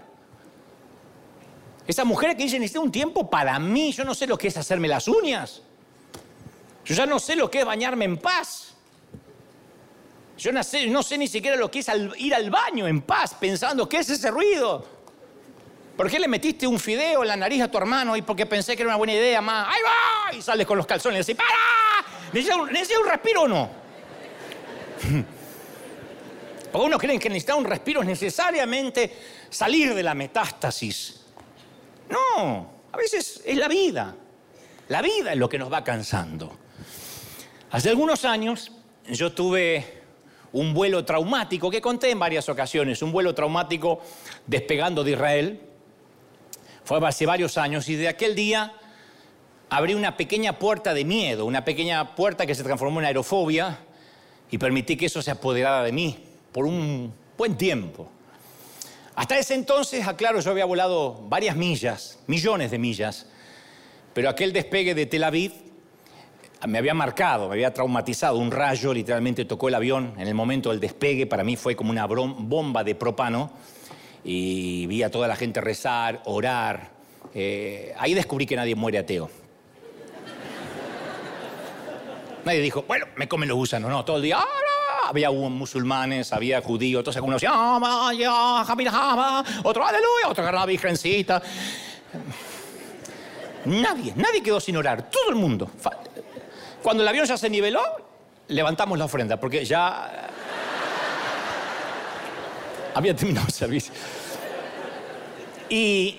Esa mujer que dice, necesito un tiempo para mí. Yo no sé lo que es hacerme las uñas. Yo ya no sé lo que es bañarme en paz. Yo no sé, no sé ni siquiera lo que es al, ir al baño en paz, pensando, ¿qué es ese ruido? ¿Por qué le metiste un fideo en la nariz a tu hermano? Y porque pensé que era una buena idea, más. ¡Ahí va! Y sales con los calzones y decís, ¡para! ¿Necesita un, ¿Necesita un respiro o no? Porque unos creen que necesitar un respiro es necesariamente salir de la metástasis. No, a veces es la vida. La vida es lo que nos va cansando. Hace algunos años yo tuve un vuelo traumático que conté en varias ocasiones, un vuelo traumático despegando de Israel. Fue hace varios años y de aquel día abrí una pequeña puerta de miedo, una pequeña puerta que se transformó en aerofobia y permití que eso se apoderara de mí por un buen tiempo. Hasta ese entonces, aclaro, yo había volado varias millas, millones de millas, pero aquel despegue de Tel Aviv me había marcado, me había traumatizado. Un rayo literalmente tocó el avión en el momento del despegue. Para mí fue como una bomba de propano. Y vi a toda la gente rezar, orar. Eh, ahí descubrí que nadie muere ateo. Nadie dijo, bueno, me comen los gusanos. No, todo el día, ¡ah, no! Había musulmanes, había judíos, entonces algunos decían, ¡ah, ya, jamira, otro, aleluya, otro, la virgencita. Nadie, nadie quedó sin orar, todo el mundo. Cuando el avión ya se niveló, levantamos la ofrenda, porque ya había terminado el servicio. Y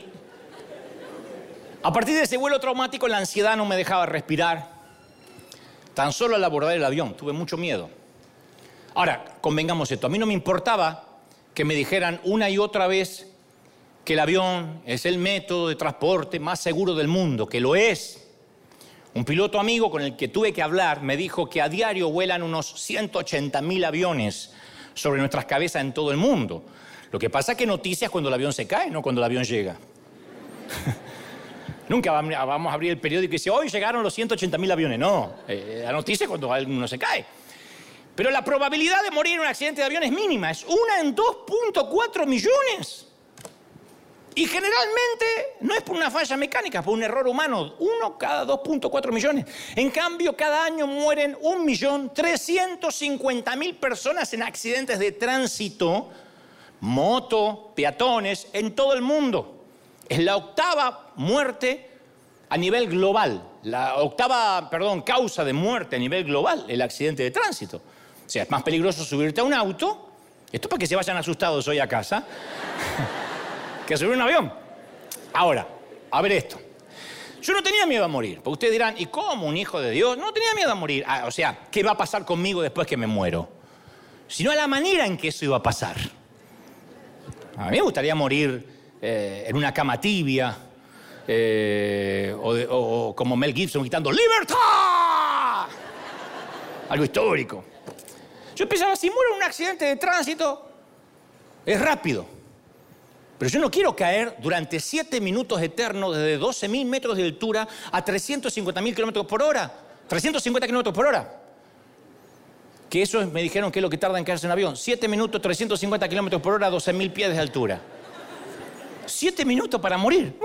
a partir de ese vuelo traumático, la ansiedad no me dejaba respirar. Tan solo al abordar el avión, tuve mucho miedo. Ahora, convengamos esto, a mí no me importaba que me dijeran una y otra vez que el avión es el método de transporte más seguro del mundo, que lo es. Un piloto amigo con el que tuve que hablar me dijo que a diario vuelan unos ciento ochenta mil aviones sobre nuestras cabezas en todo el mundo. Lo que pasa es que noticias cuando el avión se cae, no cuando el avión llega. Nunca vamos a abrir el periódico y decir, hoy llegaron los ciento ochenta mil aviones. No, eh, la noticia es cuando alguno se cae. Pero la probabilidad de morir en un accidente de avión es mínima, es una en dos punto cuatro millones. Y generalmente no es por una falla mecánica, es por un error humano. Uno cada dos punto cuatro millones. En cambio, cada año mueren un millón trescientos cincuenta mil personas en accidentes de tránsito, moto, peatones, en todo el mundo. Es la octava muerte a nivel global. La octava, perdón, causa de muerte a nivel global, el accidente de tránsito. O sea, es más peligroso subirte a un auto. Esto es para que se vayan asustados hoy a casa. Que subir un avión. Ahora, a ver esto. Yo no tenía miedo a morir. Porque ustedes dirán, ¿y cómo un hijo de Dios? No tenía miedo a morir. Ah, o sea, ¿qué va a pasar conmigo después que me muero? Sino a la manera en que eso iba a pasar. A mí me gustaría morir eh, en una cama tibia. Eh, o, de, o, o como Mel Gibson gritando, ¡libertad! Algo histórico. Yo pensaba, si muero en un accidente de tránsito, es rápido. Pero yo no quiero caer durante siete minutos eternos desde doce mil metros de altura a trescientos cincuenta mil kilómetros por hora. trescientos cincuenta kilómetros por hora. Que eso me dijeron que es lo que tarda en caerse un avión. siete minutos, trescientos cincuenta kilómetros por hora, doce mil pies de altura. siete minutos para morir.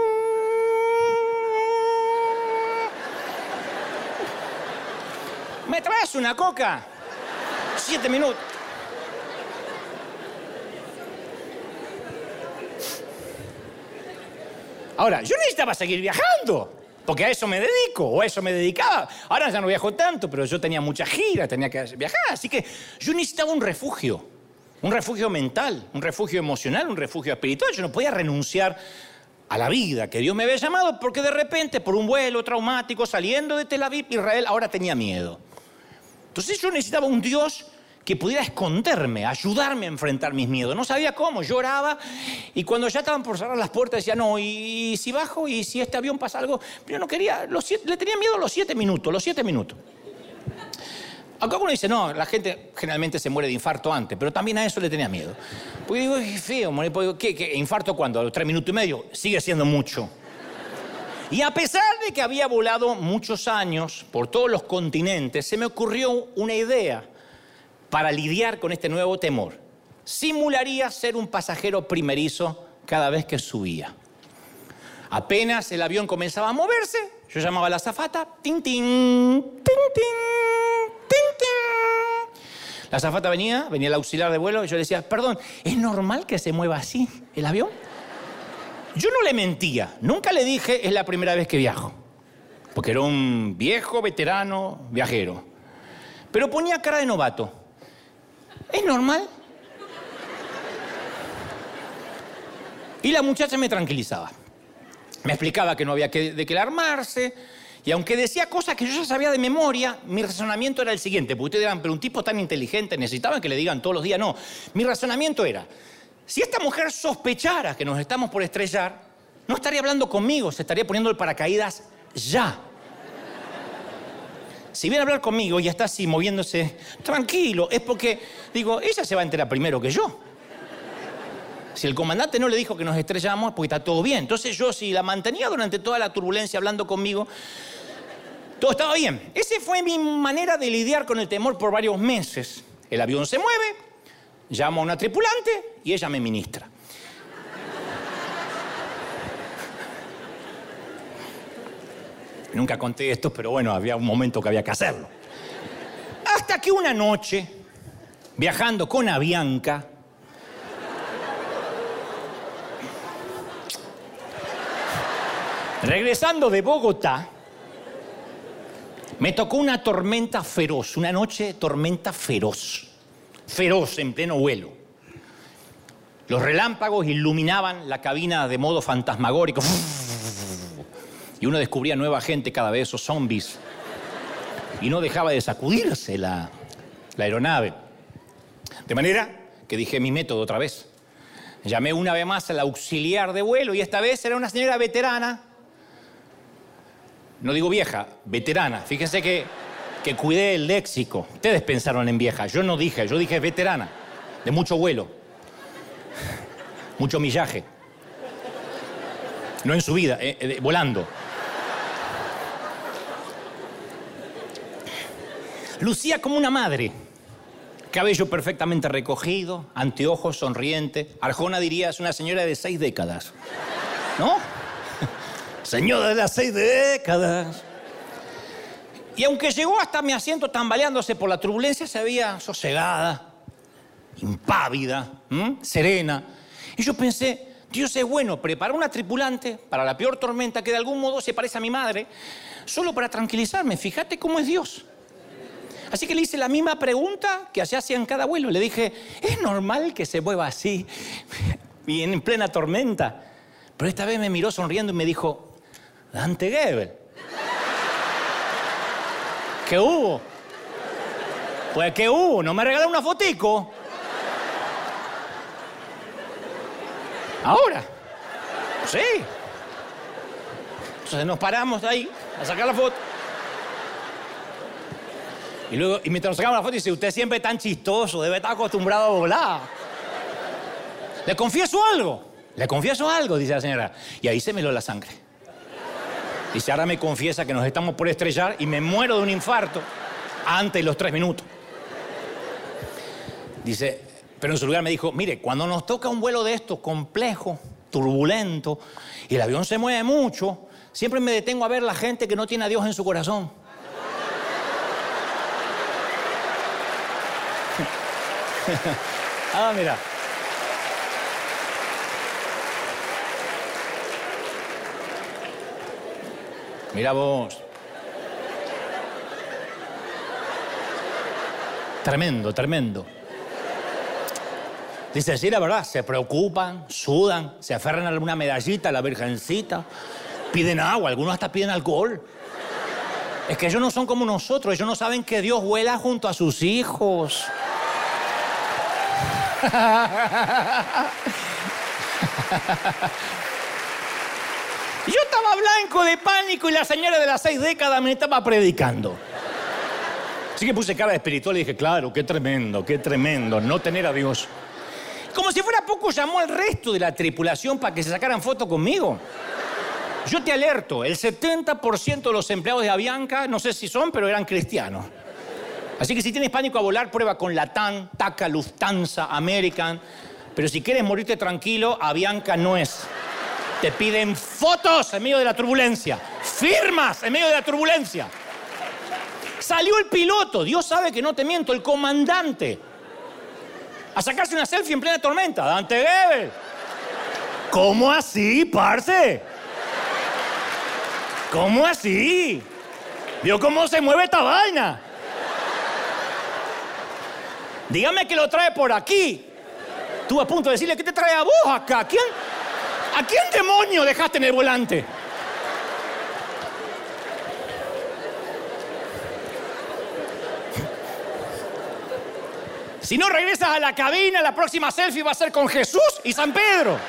¿Me traes una coca? Siete minutos. Ahora, yo necesitaba seguir viajando, porque a eso me dedico, o a eso me dedicaba. Ahora ya no viajo tanto, pero yo tenía muchas giras, tenía que viajar, así que yo necesitaba un refugio, un refugio mental, un refugio emocional, un refugio espiritual. Yo no podía renunciar a la vida que Dios me había llamado, porque de repente, por un vuelo traumático, saliendo de Tel Aviv, Israel, ahora tenía miedo. Entonces yo necesitaba un Dios que pudiera esconderme, ayudarme a enfrentar mis miedos. No sabía cómo, lloraba, y cuando ya estaban por cerrar las puertas decía, no, y, y si bajo, y si este avión pasa algo. Pero no quería, los siete, le tenía miedo a los siete minutos, los siete minutos. Acá uno dice, no, la gente generalmente se muere de infarto antes, pero también a eso le tenía miedo. Porque digo, es feo, morir, ¿qué, qué? ¿Infarto cuándo? ¿A los tres minutos y medio? Sigue siendo mucho. Y a pesar de que había volado muchos años por todos los continentes, se me ocurrió una idea para lidiar con este nuevo temor. Simularía ser un pasajero primerizo cada vez que subía. Apenas el avión comenzaba a moverse, yo llamaba a la azafata, tin, tin, tin, tin, tin, tin. La azafata venía, venía el auxiliar de vuelo, y yo le decía, perdón, ¿es normal que se mueva así el avión? Yo no le mentía, nunca le dije, es la primera vez que viajo, porque era un viejo veterano viajero. Pero ponía cara de novato. ¿Es normal? Y la muchacha me tranquilizaba. Me explicaba que no había que, de qué alarmarse. Y aunque decía cosas que yo ya sabía de memoria, mi razonamiento era el siguiente. Porque ustedes dirán, pero un tipo tan inteligente, necesitaban que le digan todos los días. No, mi razonamiento era, si esta mujer sospechara que nos estamos por estrellar, no estaría hablando conmigo, se estaría poniendo el paracaídas ya. Si viene a hablar conmigo y está así, moviéndose tranquilo, es porque, digo, ella se va a enterar primero que yo. Si el comandante no le dijo que nos estrellamos, es porque está todo bien. Entonces yo, si la mantenía durante toda la turbulencia hablando conmigo, todo estaba bien. Esa fue mi manera de lidiar con el temor por varios meses. El avión se mueve, llamo a una tripulante y ella me ministra. Nunca conté esto, pero bueno, había un momento que había que hacerlo. Hasta que una noche, viajando con Avianca, regresando de Bogotá, me tocó una tormenta feroz, una noche tormenta feroz, feroz en pleno vuelo. Los relámpagos iluminaban la cabina de modo fantasmagórico. Y uno descubría nueva gente cada vez, esos zombies. Y no dejaba de sacudirse la, la aeronave. De manera que dije mi método otra vez. Llamé una vez más al auxiliar de vuelo y esta vez era una señora veterana. No digo vieja, veterana. Fíjense que, que cuidé el léxico. Ustedes pensaron en vieja, yo no dije, yo dije veterana. De mucho vuelo. Mucho millaje. No en subida, eh, eh, volando. Lucía como una madre. Cabello perfectamente recogido, anteojos, sonriente. Arjona diría, es una señora de seis décadas. ¿No? Señora de las seis décadas. Y aunque llegó hasta mi asiento tambaleándose por la turbulencia, se veía sosegada, impávida, ¿m? serena. Y yo pensé, Dios es bueno, preparó una tripulante para la peor tormenta que de algún modo se parece a mi madre, solo para tranquilizarme. Fíjate cómo es Dios. Así que le hice la misma pregunta que hacía en cada vuelo. Le dije, ¿es normal que se mueva así y en plena tormenta? Pero esta vez me miró sonriendo y me dijo, Dante Gebel. ¿Qué hubo? Pues, ¿qué hubo? ¿No me regalaron una fotico? ¿Ahora? Sí. Entonces nos paramos ahí a sacar la foto. Y luego, y mientras nos sacamos la foto, dice, usted siempre es tan chistoso, debe estar acostumbrado a volar. Le confieso algo, le confieso algo, dice la señora. Y ahí se me heló la sangre. Dice, ahora me confiesa que nos estamos por estrellar y me muero de un infarto antes de los tres minutos. Dice, pero en su lugar me dijo, mire, cuando nos toca un vuelo de estos complejo, turbulento, y el avión se mueve mucho, siempre me detengo a ver la gente que no tiene a Dios en su corazón. Ah, mira. Mira vos. Tremendo, tremendo. Dice, sí, la verdad, se preocupan, sudan, se aferran a una medallita, a la virgencita, piden agua, algunos hasta piden alcohol. Es que ellos no son como nosotros, ellos no saben que Dios vuela junto a sus hijos. Yo estaba blanco de pánico y la señora de las seis décadas me estaba predicando. Así que puse cara de espiritual y dije, claro, qué tremendo, qué tremendo, no tener a Dios. Como si fuera poco, llamó al resto de la tripulación para que se sacaran foto conmigo. Yo te alerto, el setenta por ciento de los empleados de Avianca, no sé si son, pero eran cristianos. Así que si tienes pánico a volar, prueba con Latam, T A C A, Lufthansa, American. Pero si quieres morirte tranquilo, Avianca no es. Te piden fotos en medio de la turbulencia, firmas en medio de la turbulencia. Salió el piloto, Dios sabe que no te miento, el comandante, a sacarse una selfie en plena tormenta. Dante Gebel. ¿Cómo así, parce? ¿Cómo así? ¿Vio cómo se mueve esta vaina? Dígame que lo trae por aquí. Tú a punto de decirle, ¿qué te trae a vos acá? ¿Quién, ¿A quién demonio dejaste en el volante? Si no regresas a la cabina, la próxima selfie va a ser con Jesús y San Pedro.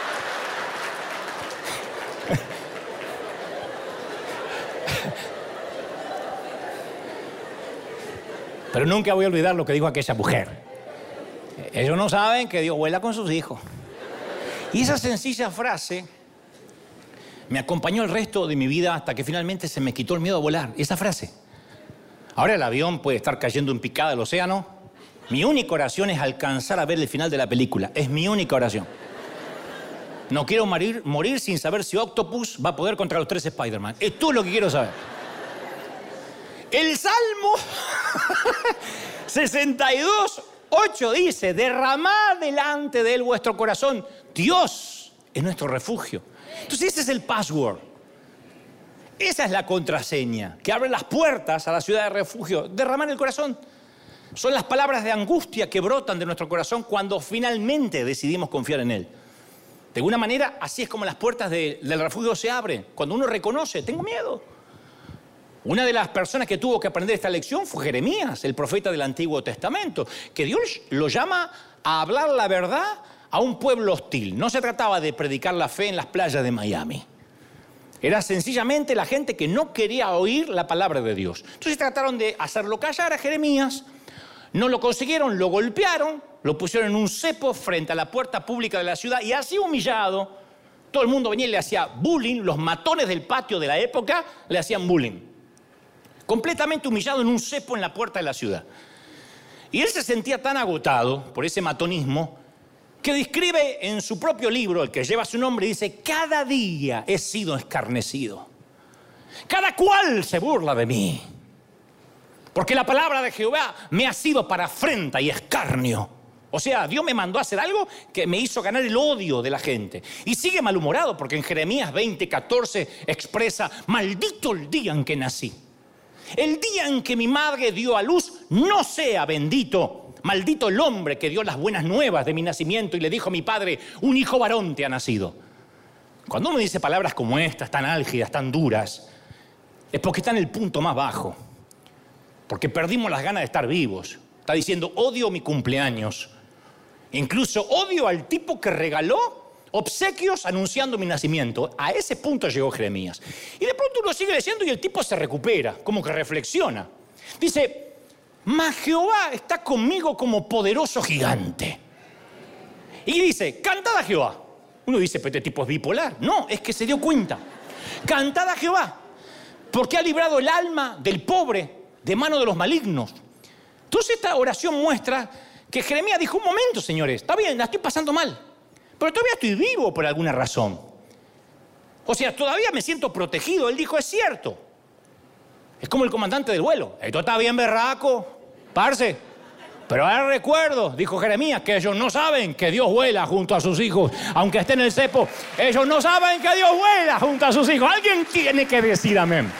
Pero nunca voy a olvidar lo que dijo aquella mujer. Ellos no saben que Dios vuela con sus hijos. Y esa sencilla frase me acompañó el resto de mi vida hasta que finalmente se me quitó el miedo a volar. Esa frase. Ahora el avión puede estar cayendo en picada del océano. Mi única oración es alcanzar a ver el final de la película. Es mi única oración. No quiero morir, morir sin saber si Octopus va a poder contra los tres Spider-Man. Es todo lo que quiero saber. El Salmo sesenta y dos, ocho dice, derramad delante de él vuestro corazón. Dios es nuestro refugio. Entonces ese es el password. Esa es la contraseña que abre las puertas a la ciudad de refugio. Derramar el corazón. Son las palabras de angustia que brotan de nuestro corazón cuando finalmente decidimos confiar en él. De alguna manera, así es como las puertas de, del refugio se abren. Cuando uno reconoce, tengo miedo. Una de las personas que tuvo que aprender esta lección fue Jeremías, el profeta del Antiguo Testamento, que Dios lo llama a hablar la verdad a un pueblo hostil. No se trataba de predicar la fe en las playas de Miami. Era sencillamente la gente que no quería oír la palabra de Dios. Entonces trataron de hacerlo callar a Jeremías. No lo consiguieron, lo golpearon, lo pusieron en un cepo frente a la puerta pública de la ciudad y así humillado, todo el mundo venía y le hacía bullying. Los matones del patio de la época le hacían bullying. Completamente humillado en un cepo en la puerta de la ciudad. Y él se sentía tan agotado por ese matonismo que describe en su propio libro, el que lleva su nombre, dice, cada día he sido escarnecido. Cada cual se burla de mí. Porque la palabra de Jehová me ha sido para afrenta y escarnio. O sea, Dios me mandó a hacer algo que me hizo ganar el odio de la gente. Y sigue malhumorado porque en Jeremías veinte, catorce expresa, maldito el día en que nací. El día en que mi madre dio a luz no sea bendito. Maldito el hombre que dio las buenas nuevas de mi nacimiento y le dijo a mi padre, un hijo varón te ha nacido. Cuando uno dice palabras como estas, tan álgidas, tan duras, es porque está en el punto más bajo. Porque perdimos las ganas de estar vivos. Está diciendo, odio mi cumpleaños. Incluso odio al tipo que regaló obsequios anunciando mi nacimiento. A ese punto llegó Jeremías. Y de pronto uno sigue leyendo y el tipo se recupera, como que reflexiona. Dice, mas Jehová está conmigo como poderoso gigante. Y dice, cantad a Jehová. Uno dice, pero este tipo es bipolar. No, es que se dio cuenta. Cantad a Jehová, porque ha librado el alma del pobre de mano de los malignos. Entonces esta oración muestra que Jeremías dijo, un momento, señores, está bien, la estoy pasando mal, pero todavía estoy vivo por alguna razón. O sea, todavía me siento protegido. Él dijo, es cierto. Es como el comandante del vuelo. Esto está bien berraco, parce. Pero ahora recuerdo, dijo Jeremías, que ellos no saben que Dios vuela junto a sus hijos, aunque esté en el cepo. Ellos no saben que Dios vuela junto a sus hijos. Alguien tiene que decir amén.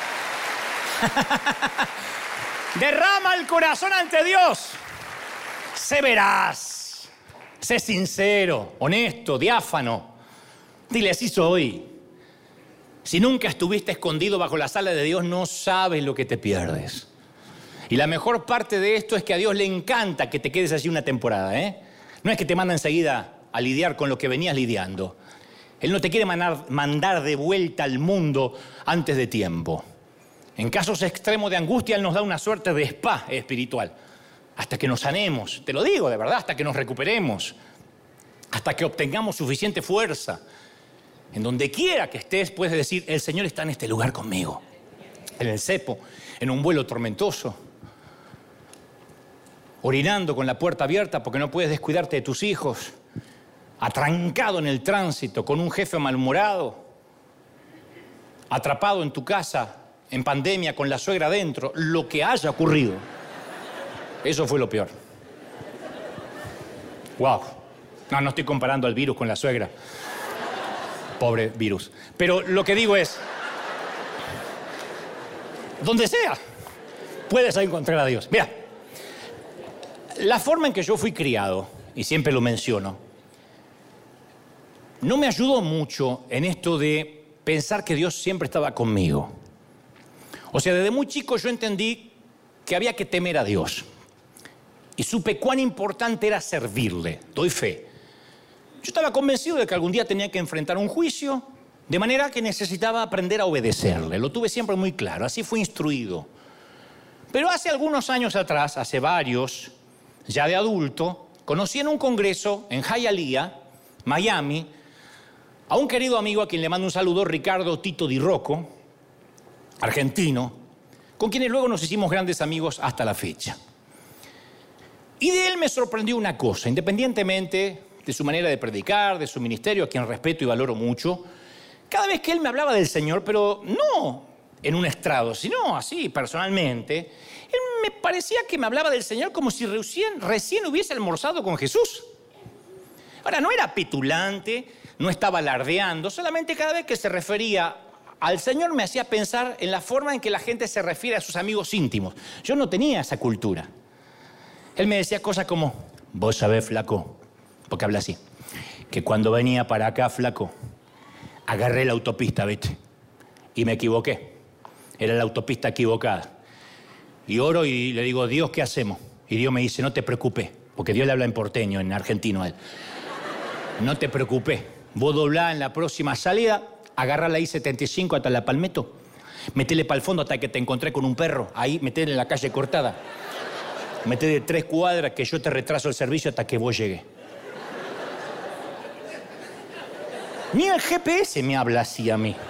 Derrama el corazón ante Dios. Sé veraz, sé sincero, honesto, diáfano. Dile, así soy. Si nunca estuviste escondido bajo la sala de Dios, no sabes lo que te pierdes. Y la mejor parte de esto es que a Dios le encanta que te quedes allí una temporada, ¿eh? No es que te manda enseguida a lidiar con lo que venías lidiando. Él no te quiere mandar, mandar de vuelta al mundo antes de tiempo. En casos extremos de angustia, Él nos da una suerte de spa espiritual. Hasta que nos sanemos, te lo digo de verdad, hasta que nos recuperemos. Hasta que obtengamos suficiente fuerza. En donde quiera que estés, puedes decir, el Señor está en este lugar conmigo. En el cepo, en un vuelo tormentoso. Orinando con la puerta abierta porque no puedes descuidarte de tus hijos. Atrancado en el tránsito con un jefe malhumorado. Atrapado en tu casa, en pandemia, con la suegra adentro. Lo que haya ocurrido. Eso fue lo peor. Wow. No, no estoy comparando al virus con la suegra. Pobre virus. Pero lo que digo es, donde sea, puedes encontrar a Dios. Mira, la forma en que yo fui criado, y siempre lo menciono, no me ayudó mucho en esto de pensar que Dios siempre estaba conmigo. O sea, desde muy chico yo entendí que había que temer a Dios. Y supe cuán importante era servirle. Doy fe. Yo estaba convencido de que algún día tenía que enfrentar un juicio, de manera que necesitaba aprender a obedecerle. Lo tuve siempre muy claro, así fui instruido. Pero hace algunos años atrás, hace varios, ya de adulto, conocí en un congreso en Hialeah, Miami, a un querido amigo a quien le mando un saludo, Ricardo Tito Di Rocco, argentino, con quienes luego nos hicimos grandes amigos hasta la fecha. Y de él me sorprendió una cosa, independientemente de su manera de predicar, de su ministerio, a quien respeto y valoro mucho, cada vez que él me hablaba del Señor, pero no en un estrado, sino así, personalmente, él me parecía que me hablaba del Señor como si recién, recién hubiese almorzado con Jesús. Ahora, no era petulante, no estaba alardeando, solamente cada vez que se refería al Señor me hacía pensar en la forma en que la gente se refiere a sus amigos íntimos. Yo no tenía esa cultura. Él me decía cosas como, vos sabés, flaco, porque habla así, que cuando venía para acá, flaco, agarré la autopista, ¿viste? Y me equivoqué. Era la autopista equivocada. Y oro y le digo, Dios, ¿qué hacemos? Y Dios me dice, no te preocupes, porque Dios le habla en porteño, en argentino a él. No te preocupes, vos doblá en la próxima salida, agarrá la I setenta y cinco hasta la Palmetto, metele para el fondo hasta que te encontré con un perro, ahí metele en la calle cortada. Meté de tres cuadras que yo te retraso el servicio hasta que vos llegues. Ni el G P S me habla así a mí.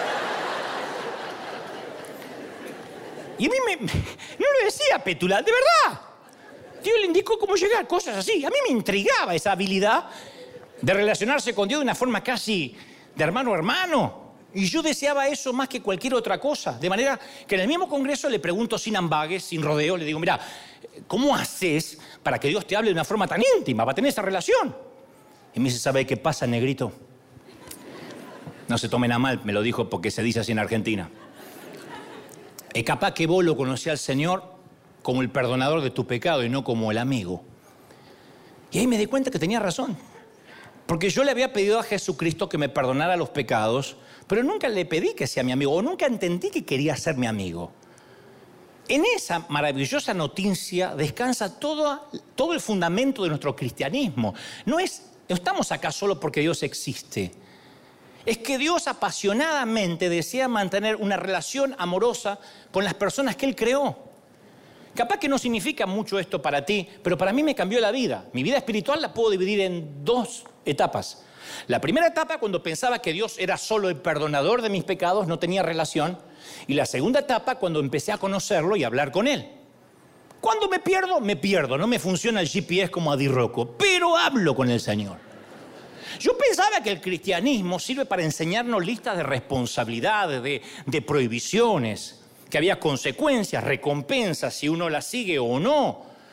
Y a mí me, no lo decía petulante, de verdad. Dios le indicó cómo llegar, cosas así. A mí me intrigaba esa habilidad de relacionarse con Dios de una forma casi de hermano a hermano. Y yo deseaba eso más que cualquier otra cosa. De manera que en el mismo congreso le pregunto sin ambages, sin rodeo, le digo, mira, ¿cómo haces para que Dios te hable de una forma tan íntima, para tener esa relación? Y me dice, ¿sabe qué pasa, negrito? No se tomen a mal, me lo dijo porque se dice así en Argentina. Es capaz que vos lo conocés al Señor como el perdonador de tu pecado y no como el amigo. Y ahí me di cuenta que tenía razón. Porque yo le había pedido a Jesucristo que me perdonara los pecados, pero nunca le pedí que sea mi amigo, o nunca entendí que quería ser mi amigo. En esa maravillosa noticia descansa todo, todo el fundamento de nuestro cristianismo. No es, no estamos acá solo porque Dios existe. Es que Dios apasionadamente desea mantener una relación amorosa con las personas que Él creó. Capaz que no significa mucho esto para ti, pero para mí me cambió la vida. Mi vida espiritual la puedo dividir en dos etapas. La primera etapa, cuando pensaba que Dios era solo el perdonador de mis pecados, no tenía relación. Y la segunda etapa, cuando empecé a conocerlo y a hablar con Él. Cuando me pierdo, me pierdo. No me funciona el G P S como a Di Rocco, pero hablo con el Señor. Yo pensaba que el cristianismo sirve para enseñarnos listas de responsabilidades, de, de prohibiciones, que había consecuencias, recompensas, si uno las sigue o no.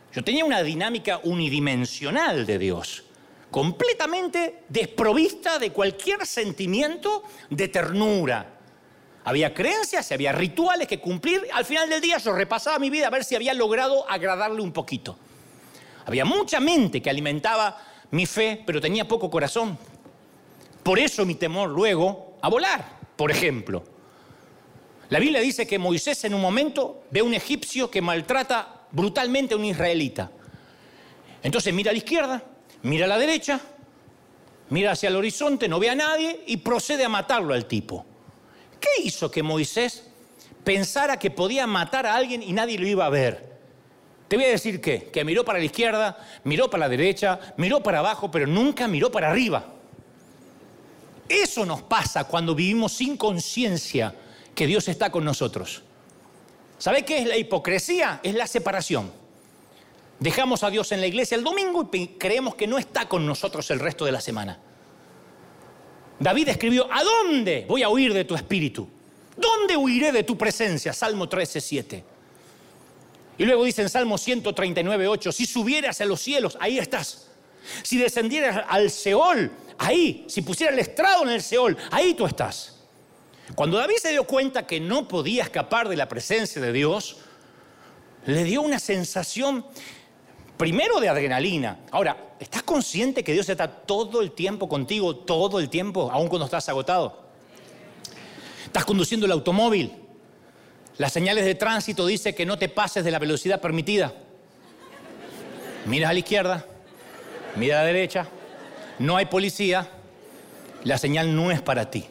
Yo tenía una dinámica unidimensional de Dios, completamente desprovista de cualquier sentimiento de ternura. Había creencias, había rituales que cumplir. Al final del día yo repasaba mi vida a ver si había logrado agradarle un poquito. Había mucha mente que alimentaba mi fe, pero tenía poco corazón. Por eso mi temor luego a volar, por ejemplo. La Biblia dice que Moisés en un momento ve a un egipcio que maltrata brutalmente a un israelita. Entonces mira a la izquierda, mira a la derecha, mira hacia el horizonte, no ve a nadie y procede a matarlo al tipo. ¿Qué hizo que Moisés pensara que podía matar a alguien y nadie lo iba a ver? Te voy a decir qué, que miró para la izquierda, miró para la derecha, miró para abajo, pero nunca miró para arriba. Eso nos pasa cuando vivimos sin conciencia que Dios está con nosotros. ¿Sabe qué es la hipocresía? Es la separación. Dejamos a Dios en la iglesia el domingo y creemos que no está con nosotros el resto de la semana. David escribió, ¿a dónde voy a huir de tu espíritu? ¿Dónde huiré de tu presencia? Salmo trece, siete. Y luego dice en Salmo ciento treinta y nueve, ocho, si subieras a los cielos, ahí estás. Si descendieras al Seol, ahí. Si pusieras el estrado en el Seol, ahí tú estás. Cuando David se dio cuenta que no podía escapar de la presencia de Dios, le dio una sensación, primero de adrenalina. Ahora, ¿estás consciente que Dios está todo el tiempo contigo, todo el tiempo, aun cuando estás agotado? Estás conduciendo el automóvil. Las señales de tránsito dicen que no te pases de la velocidad permitida. Miras a la izquierda, mira a la derecha, no hay policía, la señal no es para ti.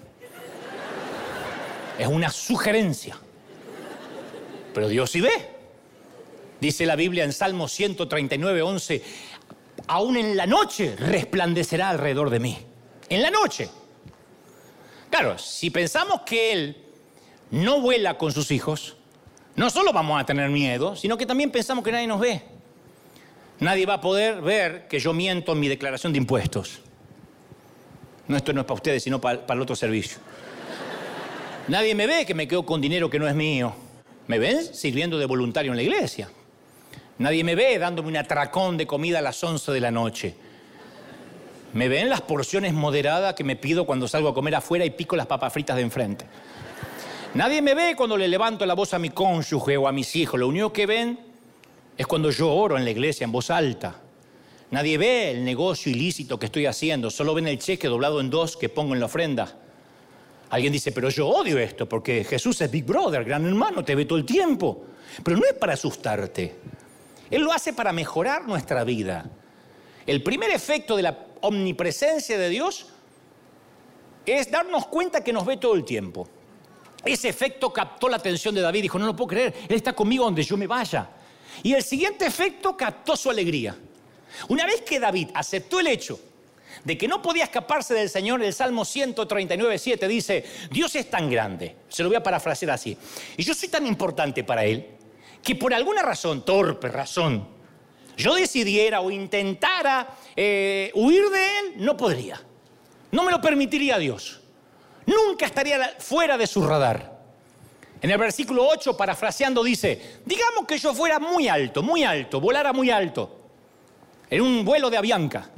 Es una sugerencia. Pero Dios sí ve. Dice la Biblia en Salmo ciento treinta y nueve, once, aún en la noche resplandecerá alrededor de mí. En la noche. Claro, si pensamos que Él no vuela con sus hijos, no solo vamos a tener miedo, sino que también pensamos que nadie nos ve. Nadie va a poder ver que yo miento en mi declaración de impuestos. No, esto no es para ustedes, sino para, para el otro servicio. Nadie me ve que me quedo con dinero que no es mío. ¿Me ven sirviendo de voluntario en la iglesia? Nadie me ve dándome un atracón de comida a las once de la noche. Me ven las porciones moderadas que me pido cuando salgo a comer afuera y pico las papas fritas de enfrente. Nadie me ve cuando le levanto la voz a mi cónyuge o a mis hijos. Lo único que ven es cuando yo oro en la iglesia en voz alta. Nadie ve el negocio ilícito que estoy haciendo. Solo ven el cheque doblado en dos que pongo en la ofrenda. Alguien dice, pero yo odio esto porque Jesús es Big Brother, gran hermano, te ve todo el tiempo. Pero no es para asustarte. Él lo hace para mejorar nuestra vida. El primer efecto de la omnipresencia de Dios es darnos cuenta que nos ve todo el tiempo. Ese efecto captó la atención de David. Dijo, no lo puedo creer, Él está conmigo donde yo me vaya. Y el siguiente efecto captó su alegría. Una vez que David aceptó el hecho de que no podía escaparse del Señor, el Salmo ciento treinta y nueve, siete dice, Dios es tan grande, se lo voy a parafrasear así, y yo soy tan importante para Él, que por alguna razón, torpe razón, yo decidiera o intentara eh, huir de Él, no podría. No me lo permitiría Dios. Nunca estaría fuera de su radar. En el versículo ocho, parafraseando, dice, digamos que yo fuera muy alto, muy alto, volara muy alto, en un vuelo de Avianca.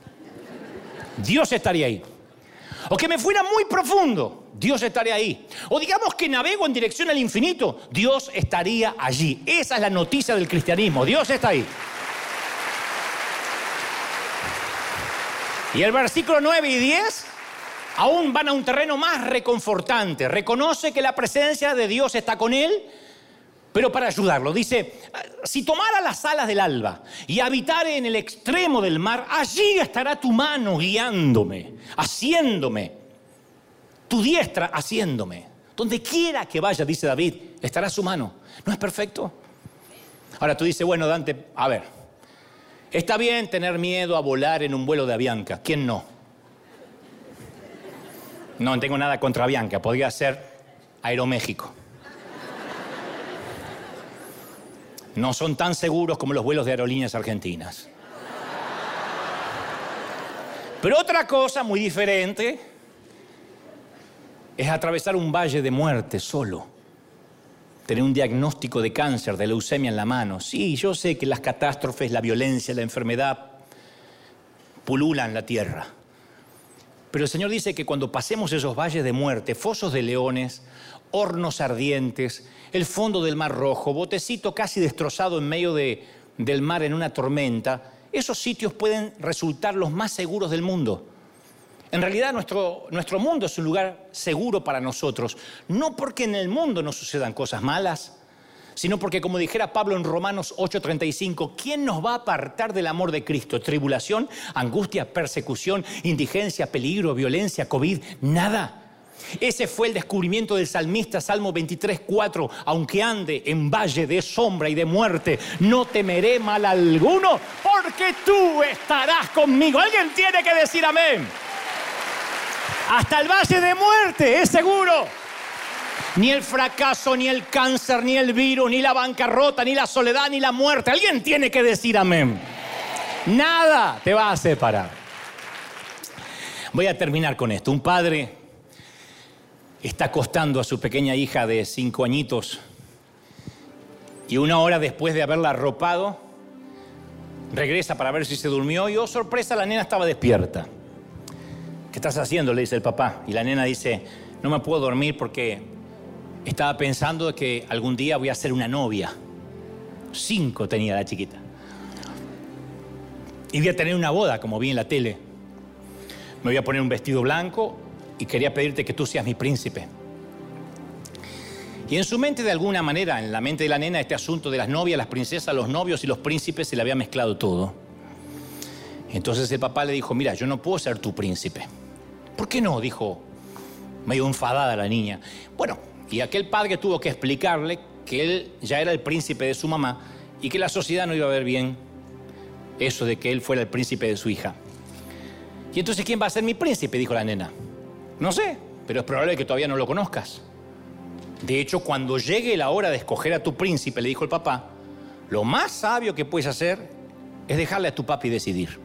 Dios estaría ahí. O que me fuera muy profundo, Dios estaría ahí. O digamos que navego en dirección al infinito, Dios estaría allí. Esa es la noticia del cristianismo, Dios está ahí. Y el versículo nueve y diez aún van a un terreno más reconfortante. Reconoce que la presencia de Dios está con él, pero para ayudarlo. Dice, si tomara las alas del alba y habitare en el extremo del mar, allí estará tu mano guiándome, haciéndome, tu diestra haciéndome. Donde quiera que vaya, dice David, estará su mano. ¿No es perfecto? Ahora tú dices, bueno, Dante, a ver, está bien tener miedo a volar en un vuelo de Avianca. ¿Quién no? No tengo nada contra Avianca, podría ser Aeroméxico. No son tan seguros como los vuelos de aerolíneas argentinas. Pero otra cosa muy diferente es atravesar un valle de muerte solo. tener un diagnóstico de cáncer, de leucemia en la mano. Sí, yo sé que las catástrofes, la violencia, la enfermedad pululan la tierra. Pero el Señor dice que cuando pasemos esos valles de muerte, fosos de leones, hornos ardientes, el fondo del Mar Rojo, botecito casi destrozado en medio de, del mar en una tormenta, esos sitios pueden resultar los más seguros del mundo. En realidad nuestro, nuestro mundo es un lugar seguro para nosotros, no porque en el mundo no sucedan cosas malas, sino porque, como dijera Pablo en Romanos ocho treinta y cinco, ¿quién nos va a apartar del amor de Cristo? ¿Tribulación, angustia, persecución, indigencia, peligro, violencia, COVID? Nada. Ese fue el descubrimiento del salmista, Salmo veintitrés cuatro. Aunque ande en valle de sombra y de muerte, no temeré mal alguno, porque tú estarás conmigo. Alguien tiene que decir amén. Hasta el valle de muerte es seguro. Ni el fracaso, ni el cáncer, ni el virus, ni la bancarrota, ni la soledad, ni la muerte. Alguien tiene que decir amén. Nada te va a separar. Voy a terminar con esto. Un padre está acostando a su pequeña hija de cinco añitos y una hora después de haberla arropado, regresa para ver si se durmió y, oh sorpresa, la nena estaba despierta. ¿Qué estás haciendo?, le dice el papá. Y la nena dice, no me puedo dormir porque estaba pensando que algún día voy a ser una novia. Cinco tenía la chiquita. Y voy a tener una boda, como vi en la tele. Me voy a poner un vestido blanco y quería pedirte que tú seas mi príncipe. Y en su mente, de alguna manera, en la mente de la nena, este asunto de las novias, las princesas, los novios y los príncipes, se le había mezclado todo. Entonces el papá le dijo, mira, yo no puedo ser tu príncipe. ¿Por qué no?, dijo, medio enfadada la niña. Bueno, y aquel padre tuvo que explicarle que él ya era el príncipe de su mamá y que la sociedad no iba a ver bien eso de que él fuera el príncipe de su hija. Y entonces, ¿quién va a ser mi príncipe?, dijo la nena. No sé, pero es probable que todavía no lo conozcas. De hecho, cuando llegue la hora de escoger a tu príncipe, le dijo el papá, lo más sabio que puedes hacer es dejarle a tu papi decidir.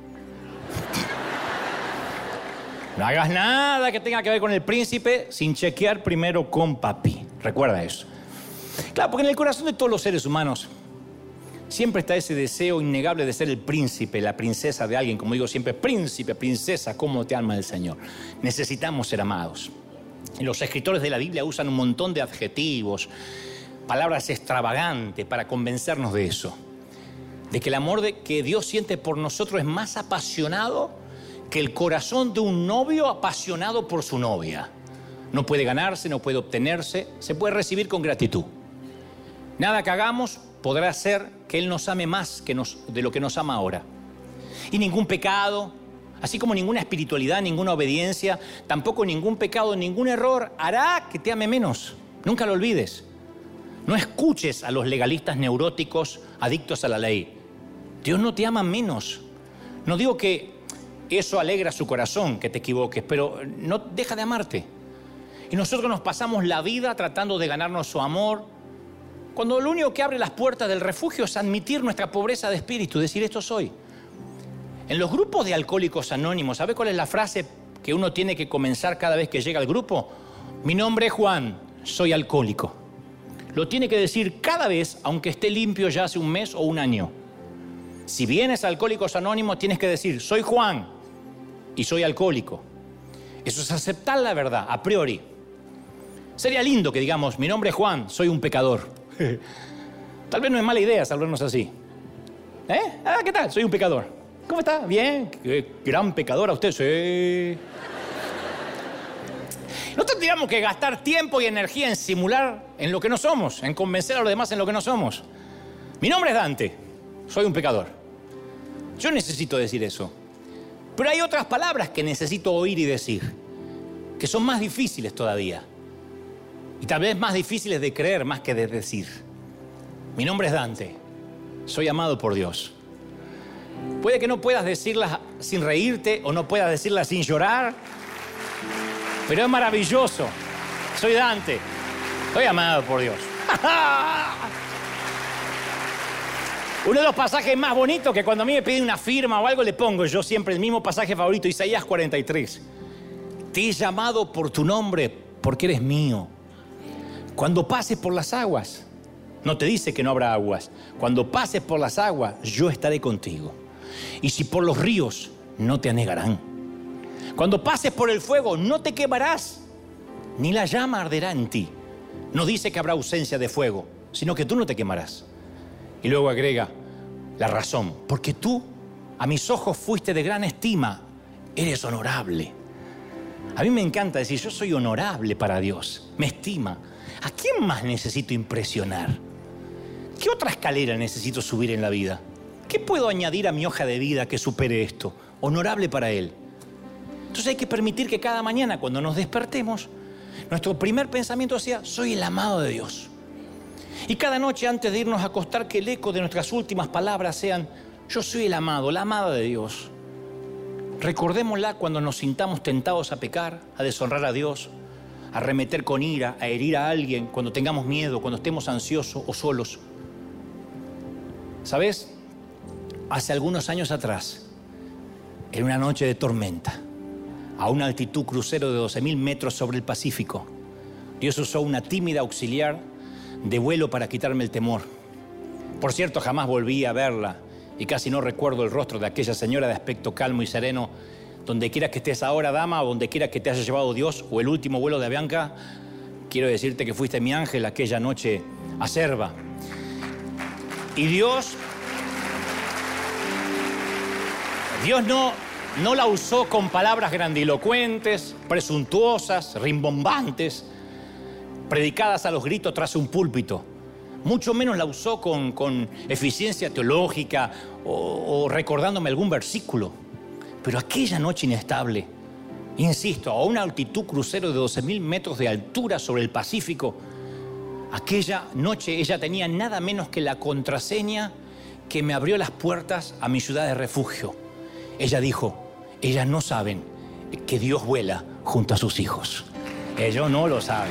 No hagas nada que tenga que ver con el príncipe sin chequear primero con papi. Recuerda eso. Claro, porque en el corazón de todos los seres humanos siempre está ese deseo innegable de ser el príncipe, la princesa de alguien. Como digo siempre, príncipe, princesa, ¿cómo te ama el Señor? Necesitamos ser amados. Y los escritores de la Biblia usan un montón de adjetivos, palabras extravagantes para convencernos de eso. De que el amor de, que Dios siente por nosotros es más apasionado que el corazón de un novio apasionado por su novia. No puede ganarse, no puede obtenerse, se puede recibir con gratitud. Nada que hagamos podrá hacer que Él nos ame más que nos, de lo que nos ama ahora. Y ningún pecado, así como ninguna espiritualidad, ninguna obediencia, tampoco ningún pecado, ningún error hará que te ame menos. Nunca lo olvides. No escuches a los legalistas neuróticos adictos a la ley. Dios no te ama menos. No digo que eso alegra su corazón, que te equivoques, pero no deja de amarte. Y nosotros nos pasamos la vida tratando de ganarnos su amor, cuando lo único que abre las puertas del refugio es admitir nuestra pobreza de espíritu, decir esto soy. En los grupos de alcohólicos anónimos, ¿sabe cuál es la frase que uno tiene que comenzar cada vez que llega al grupo? Mi nombre es Juan, soy alcohólico. Lo tiene que decir cada vez, aunque esté limpio ya hace un mes o un año. Si vienes a Alcohólicos Anónimos, tienes que decir, soy Juan y soy alcohólico. Eso es aceptar la verdad, a priori. Sería lindo que digamos, mi nombre es Juan, soy un pecador. Tal vez no es mala idea saludarnos así. ¿Eh? Ah, ¿qué tal? Soy un pecador. ¿Cómo está? Bien. Qué gran pecador a usted. Sí. No tendríamos que gastar tiempo y energía en simular en lo que no somos, en convencer a los demás en lo que no somos. Mi nombre es Dante, soy un pecador. Yo necesito decir eso. Pero hay otras palabras que necesito oír y decir, que son más difíciles todavía. Y tal vez más difíciles de creer más que de decir. Mi nombre es Dante, soy amado por Dios. Puede que no puedas decirlas sin reírte o no puedas decirlas sin llorar, pero es maravilloso. Soy Dante, soy amado por Dios. Uno de los pasajes más bonitos que cuando a mí me piden una firma o algo le pongo yo siempre el mismo pasaje favorito, Isaías cuarenta y tres. Te he llamado por tu nombre porque eres mío. Cuando pases por las aguas, No te dice que no habrá aguas. Cuando pases por las aguas, yo estaré contigo. Y si por los ríos, no te anegarán. Cuando pases por el fuego, no te quemarás, ni la llama arderá en ti. No dice que habrá ausencia de fuego, sino que tú no te quemarás. Y luego agrega la razón. Porque tú, a mis ojos, fuiste de gran estima. Eres honorable. A mí me encanta decir, yo soy honorable para Dios. Me estima. ¿A quién más necesito impresionar? ¿Qué otra escalera necesito subir en la vida? ¿Qué puedo añadir a mi hoja de vida que supere esto? Honorable para Él. Entonces hay que permitir que cada mañana, cuando nos despertemos, nuestro primer pensamiento sea, soy el amado de Dios. Y cada noche antes de irnos a acostar, que el eco de nuestras últimas palabras sean, yo soy el amado, la amada de Dios. Recordémosla cuando nos sintamos tentados a pecar, a deshonrar a Dios, a arremeter con ira, a herir a alguien, cuando tengamos miedo, cuando estemos ansiosos o solos. ¿Sabes? Hace algunos años atrás, en una noche de tormenta, a una altitud crucero de doce mil metros sobre el Pacífico, Dios usó una tímida auxiliar de vuelo para quitarme el temor. Por cierto, jamás volví a verla y casi no recuerdo el rostro de aquella señora de aspecto calmo y sereno. Donde quiera que estés ahora, dama, o donde quiera que te haya llevado Dios, o el último vuelo de Avianca, quiero decirte que fuiste mi ángel aquella noche acerba. Y Dios, Dios no, no la usó con palabras grandilocuentes, presuntuosas, rimbombantes, predicadas a los gritos tras un púlpito. Mucho menos la usó con, con eficiencia teológica o, o recordándome algún versículo. Pero aquella noche inestable, insisto, a una altitud crucero de doce mil metros de altura sobre el Pacífico, aquella noche ella tenía nada menos que la contraseña que me abrió las puertas a mi ciudad de refugio. Ella dijo, ellas no saben que Dios vuela junto a sus hijos. Ellos no lo saben.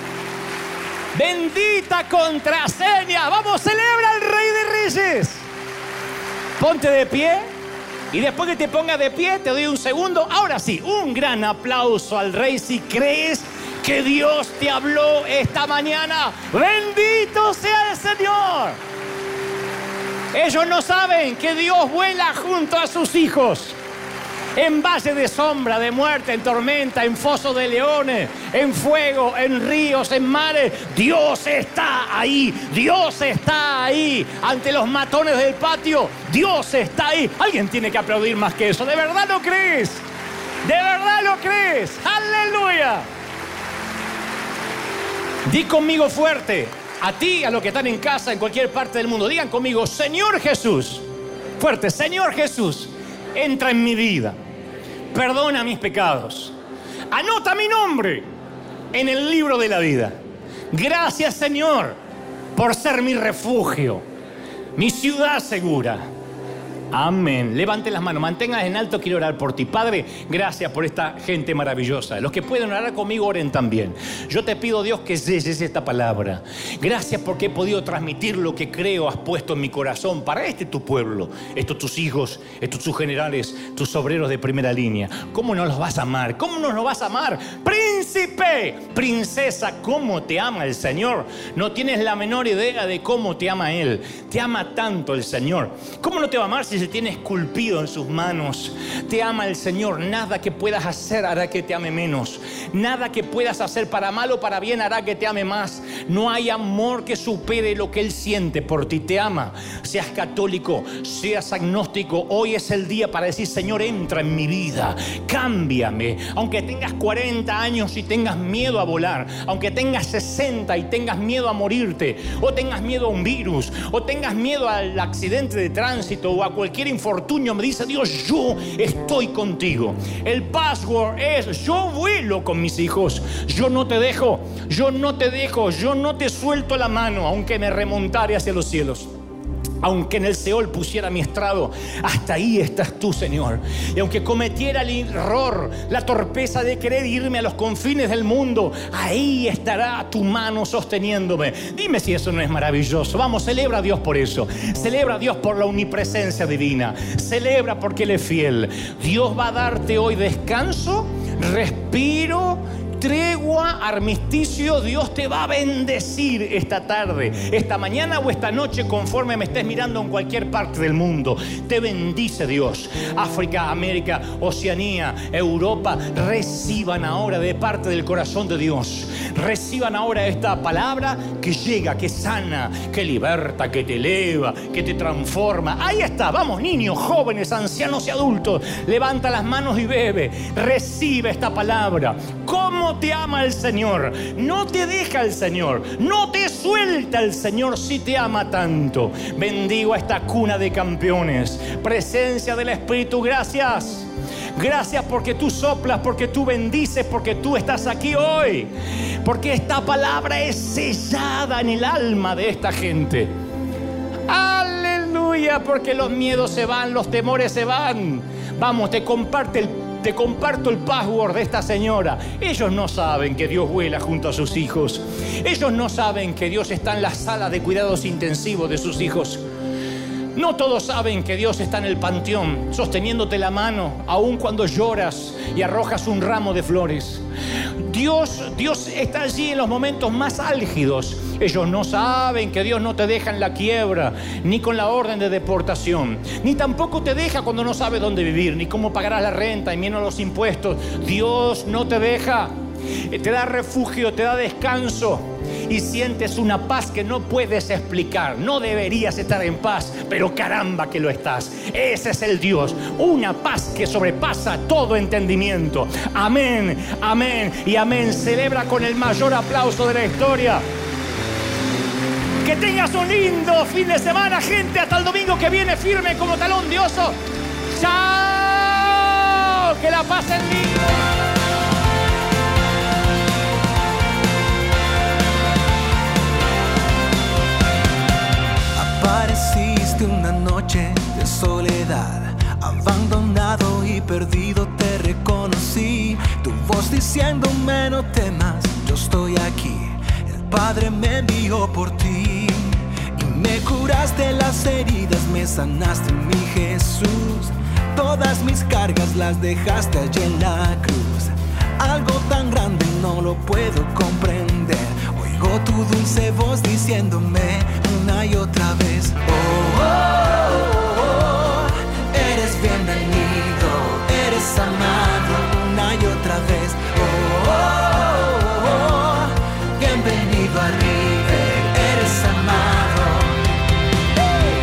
¡Bendita contraseña! ¡Vamos, celebra al Rey de Reyes! Ponte de pie. Y después que te pongas de pie, te doy un segundo. Ahora sí, un gran aplauso al Rey si crees que Dios te habló esta mañana. ¡Bendito sea el Señor! Ellos no saben que Dios vuela junto a sus hijos. En valle de sombra, de muerte, en tormenta, en foso de leones, en fuego, en ríos, en mares. Dios está ahí, Dios está ahí. Ante los matones del patio, Dios está ahí. Alguien tiene que aplaudir más que eso. ¿De verdad lo crees? ¿De verdad lo crees? ¡Aleluya! Di conmigo fuerte, a ti, a los que están en casa, en cualquier parte del mundo. Digan conmigo, Señor Jesús. Fuerte, Señor Jesús, entra en mi vida. Perdona mis pecados. Anota mi nombre en el libro de la vida. Gracias, Señor, por ser mi refugio, mi ciudad segura. Amén. Levante las manos, manténganlas en alto, quiero orar por ti. Padre, gracias por esta gente maravillosa. Los que pueden orar conmigo, oren también. Yo te pido, Dios, que selles esta palabra. Gracias porque he podido transmitir lo que creo has puesto en mi corazón para este tu pueblo, estos tus hijos, estos tus generales, tus obreros de primera línea. ¿Cómo no los vas a amar? ¿Cómo no los vas a amar? Príncipe, princesa, ¿cómo te ama el Señor? No tienes la menor idea de cómo te ama Él. Te ama tanto el Señor. ¿Cómo no te va a amar si se tiene esculpido en sus manos? Te ama el Señor. Nada que puedas hacer hará que te ame menos. Nada que puedas hacer para mal o para bien hará que te ame más. No hay amor que supere lo que Él siente por ti. Te ama. Seas católico, seas agnóstico, hoy es el día para decir, Señor, entra en mi vida, cámbiame. Aunque tengas cuarenta años y tengas miedo a volar, aunque tengas sesenta y tengas miedo a morirte, o tengas miedo a un virus, o tengas miedo al accidente de tránsito o a cualquier infortunio, me dice Dios, yo estoy contigo. El password es, yo vuelo con mis hijos. Yo no te dejo, yo no te dejo, yo no te suelto la mano, aunque me remontare hacia los cielos. Aunque en el Seol pusiera mi estrado, hasta ahí estás tú, Señor. Y aunque cometiera el error, la torpeza de querer irme a los confines del mundo, ahí estará tu mano sosteniéndome. Dime si eso no es maravilloso. Vamos, celebra a Dios por eso. Celebra a Dios por la omnipresencia divina. Celebra porque Él es fiel. Dios va a darte hoy descanso, respiro, tregua, armisticio. Dios te va a bendecir esta tarde, esta mañana o esta noche, conforme me estés mirando en cualquier parte del mundo. Te bendice Dios. África, América, Oceanía, Europa, reciban ahora de parte del corazón de Dios. Reciban ahora esta palabra que llega, que sana, que liberta, que te eleva, que te transforma. Ahí está, vamos niños, jóvenes, ancianos y adultos. Levanta las manos y bebe. Recibe esta palabra. ¿Cómo te ama el Señor? No te deja el Señor, no te suelta el Señor si te ama tanto. Bendigo a esta cuna de campeones. Presencia del Espíritu, gracias. Gracias porque tú soplas, porque tú bendices, porque tú estás aquí hoy. Porque esta palabra es sellada en el alma de esta gente. Aleluya, porque los miedos se van, los temores se van. Vamos, te comparte el Te comparto el password de esta señora. Ellos no saben que Dios vuela junto a sus hijos. Ellos no saben que Dios está en la sala de cuidados intensivos de sus hijos. No todos saben que Dios está en el panteón, sosteniéndote la mano, aun cuando lloras y arrojas un ramo de flores. Dios, Dios está allí en los momentos más álgidos. Ellos no saben que Dios no te deja en la quiebra, ni con la orden de deportación, ni tampoco te deja cuando no sabes dónde vivir, ni cómo pagarás la renta y menos los impuestos. Dios no te deja. Te da refugio, te da descanso y sientes una paz que no puedes explicar. No deberías estar en paz, pero caramba que lo estás. Ese es el Dios, una paz que sobrepasa todo entendimiento. Amén, amén y amén. Celebra con el mayor aplauso de la historia. Que tengas un lindo fin de semana, gente. Hasta el domingo que viene, firme como talón de oso. ¡Chao! Que la pasen lindo. Apareciste una noche de soledad, abandonado y perdido te reconocí. Tu voz diciéndome no temas, yo estoy aquí. El Padre me envió por ti y me curaste las heridas, me sanaste mi Jesús. Todas mis cargas las dejaste allí en la cruz. Algo tan grande no lo puedo comprender. Oigo tu dulce voz diciéndome una y otra vez: oh, oh, oh, oh, eres bienvenido, eres amado. Una y otra vez: oh, oh, oh, oh, bienvenido a River, eres amado. Hey.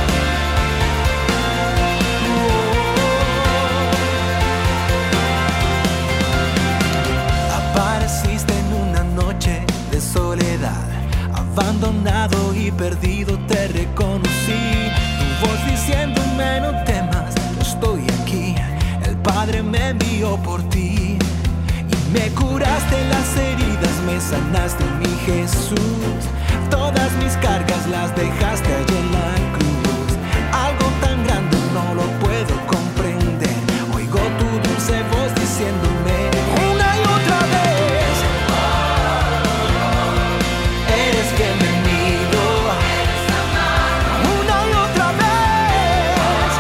Oh, oh, oh. Apareciste en una noche de soledad, abandonado y perdido te reconocí. Tu voz diciéndome no temas, yo estoy aquí. El Padre me envió por ti y me curaste las heridas, me sanaste mi Jesús. Todas mis cargas las dejaste allí en la cruz. Algo tan grande no lo puedo comprender. Oigo tu dulce voz diciéndome una y otra vez: eres bienvenido, eres amado. Una y otra vez: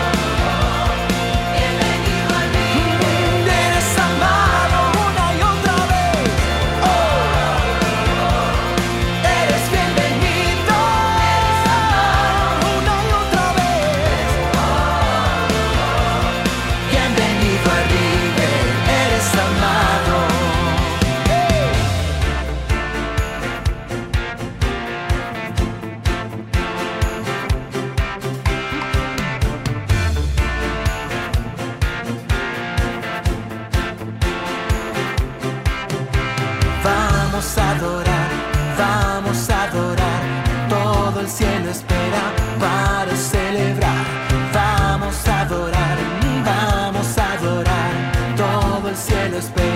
bienvenido a mí. Eres amado. Una y otra vez: oh, eres bienvenido, eres amado. Una y otra vez: oh, bienvenido a River, eres amado. Hey. Vamos a adorar, vamos a adorar. Todo el cielo espera para celebrar. Vamos a adorar, vamos a adorar. Todo el cielo espera.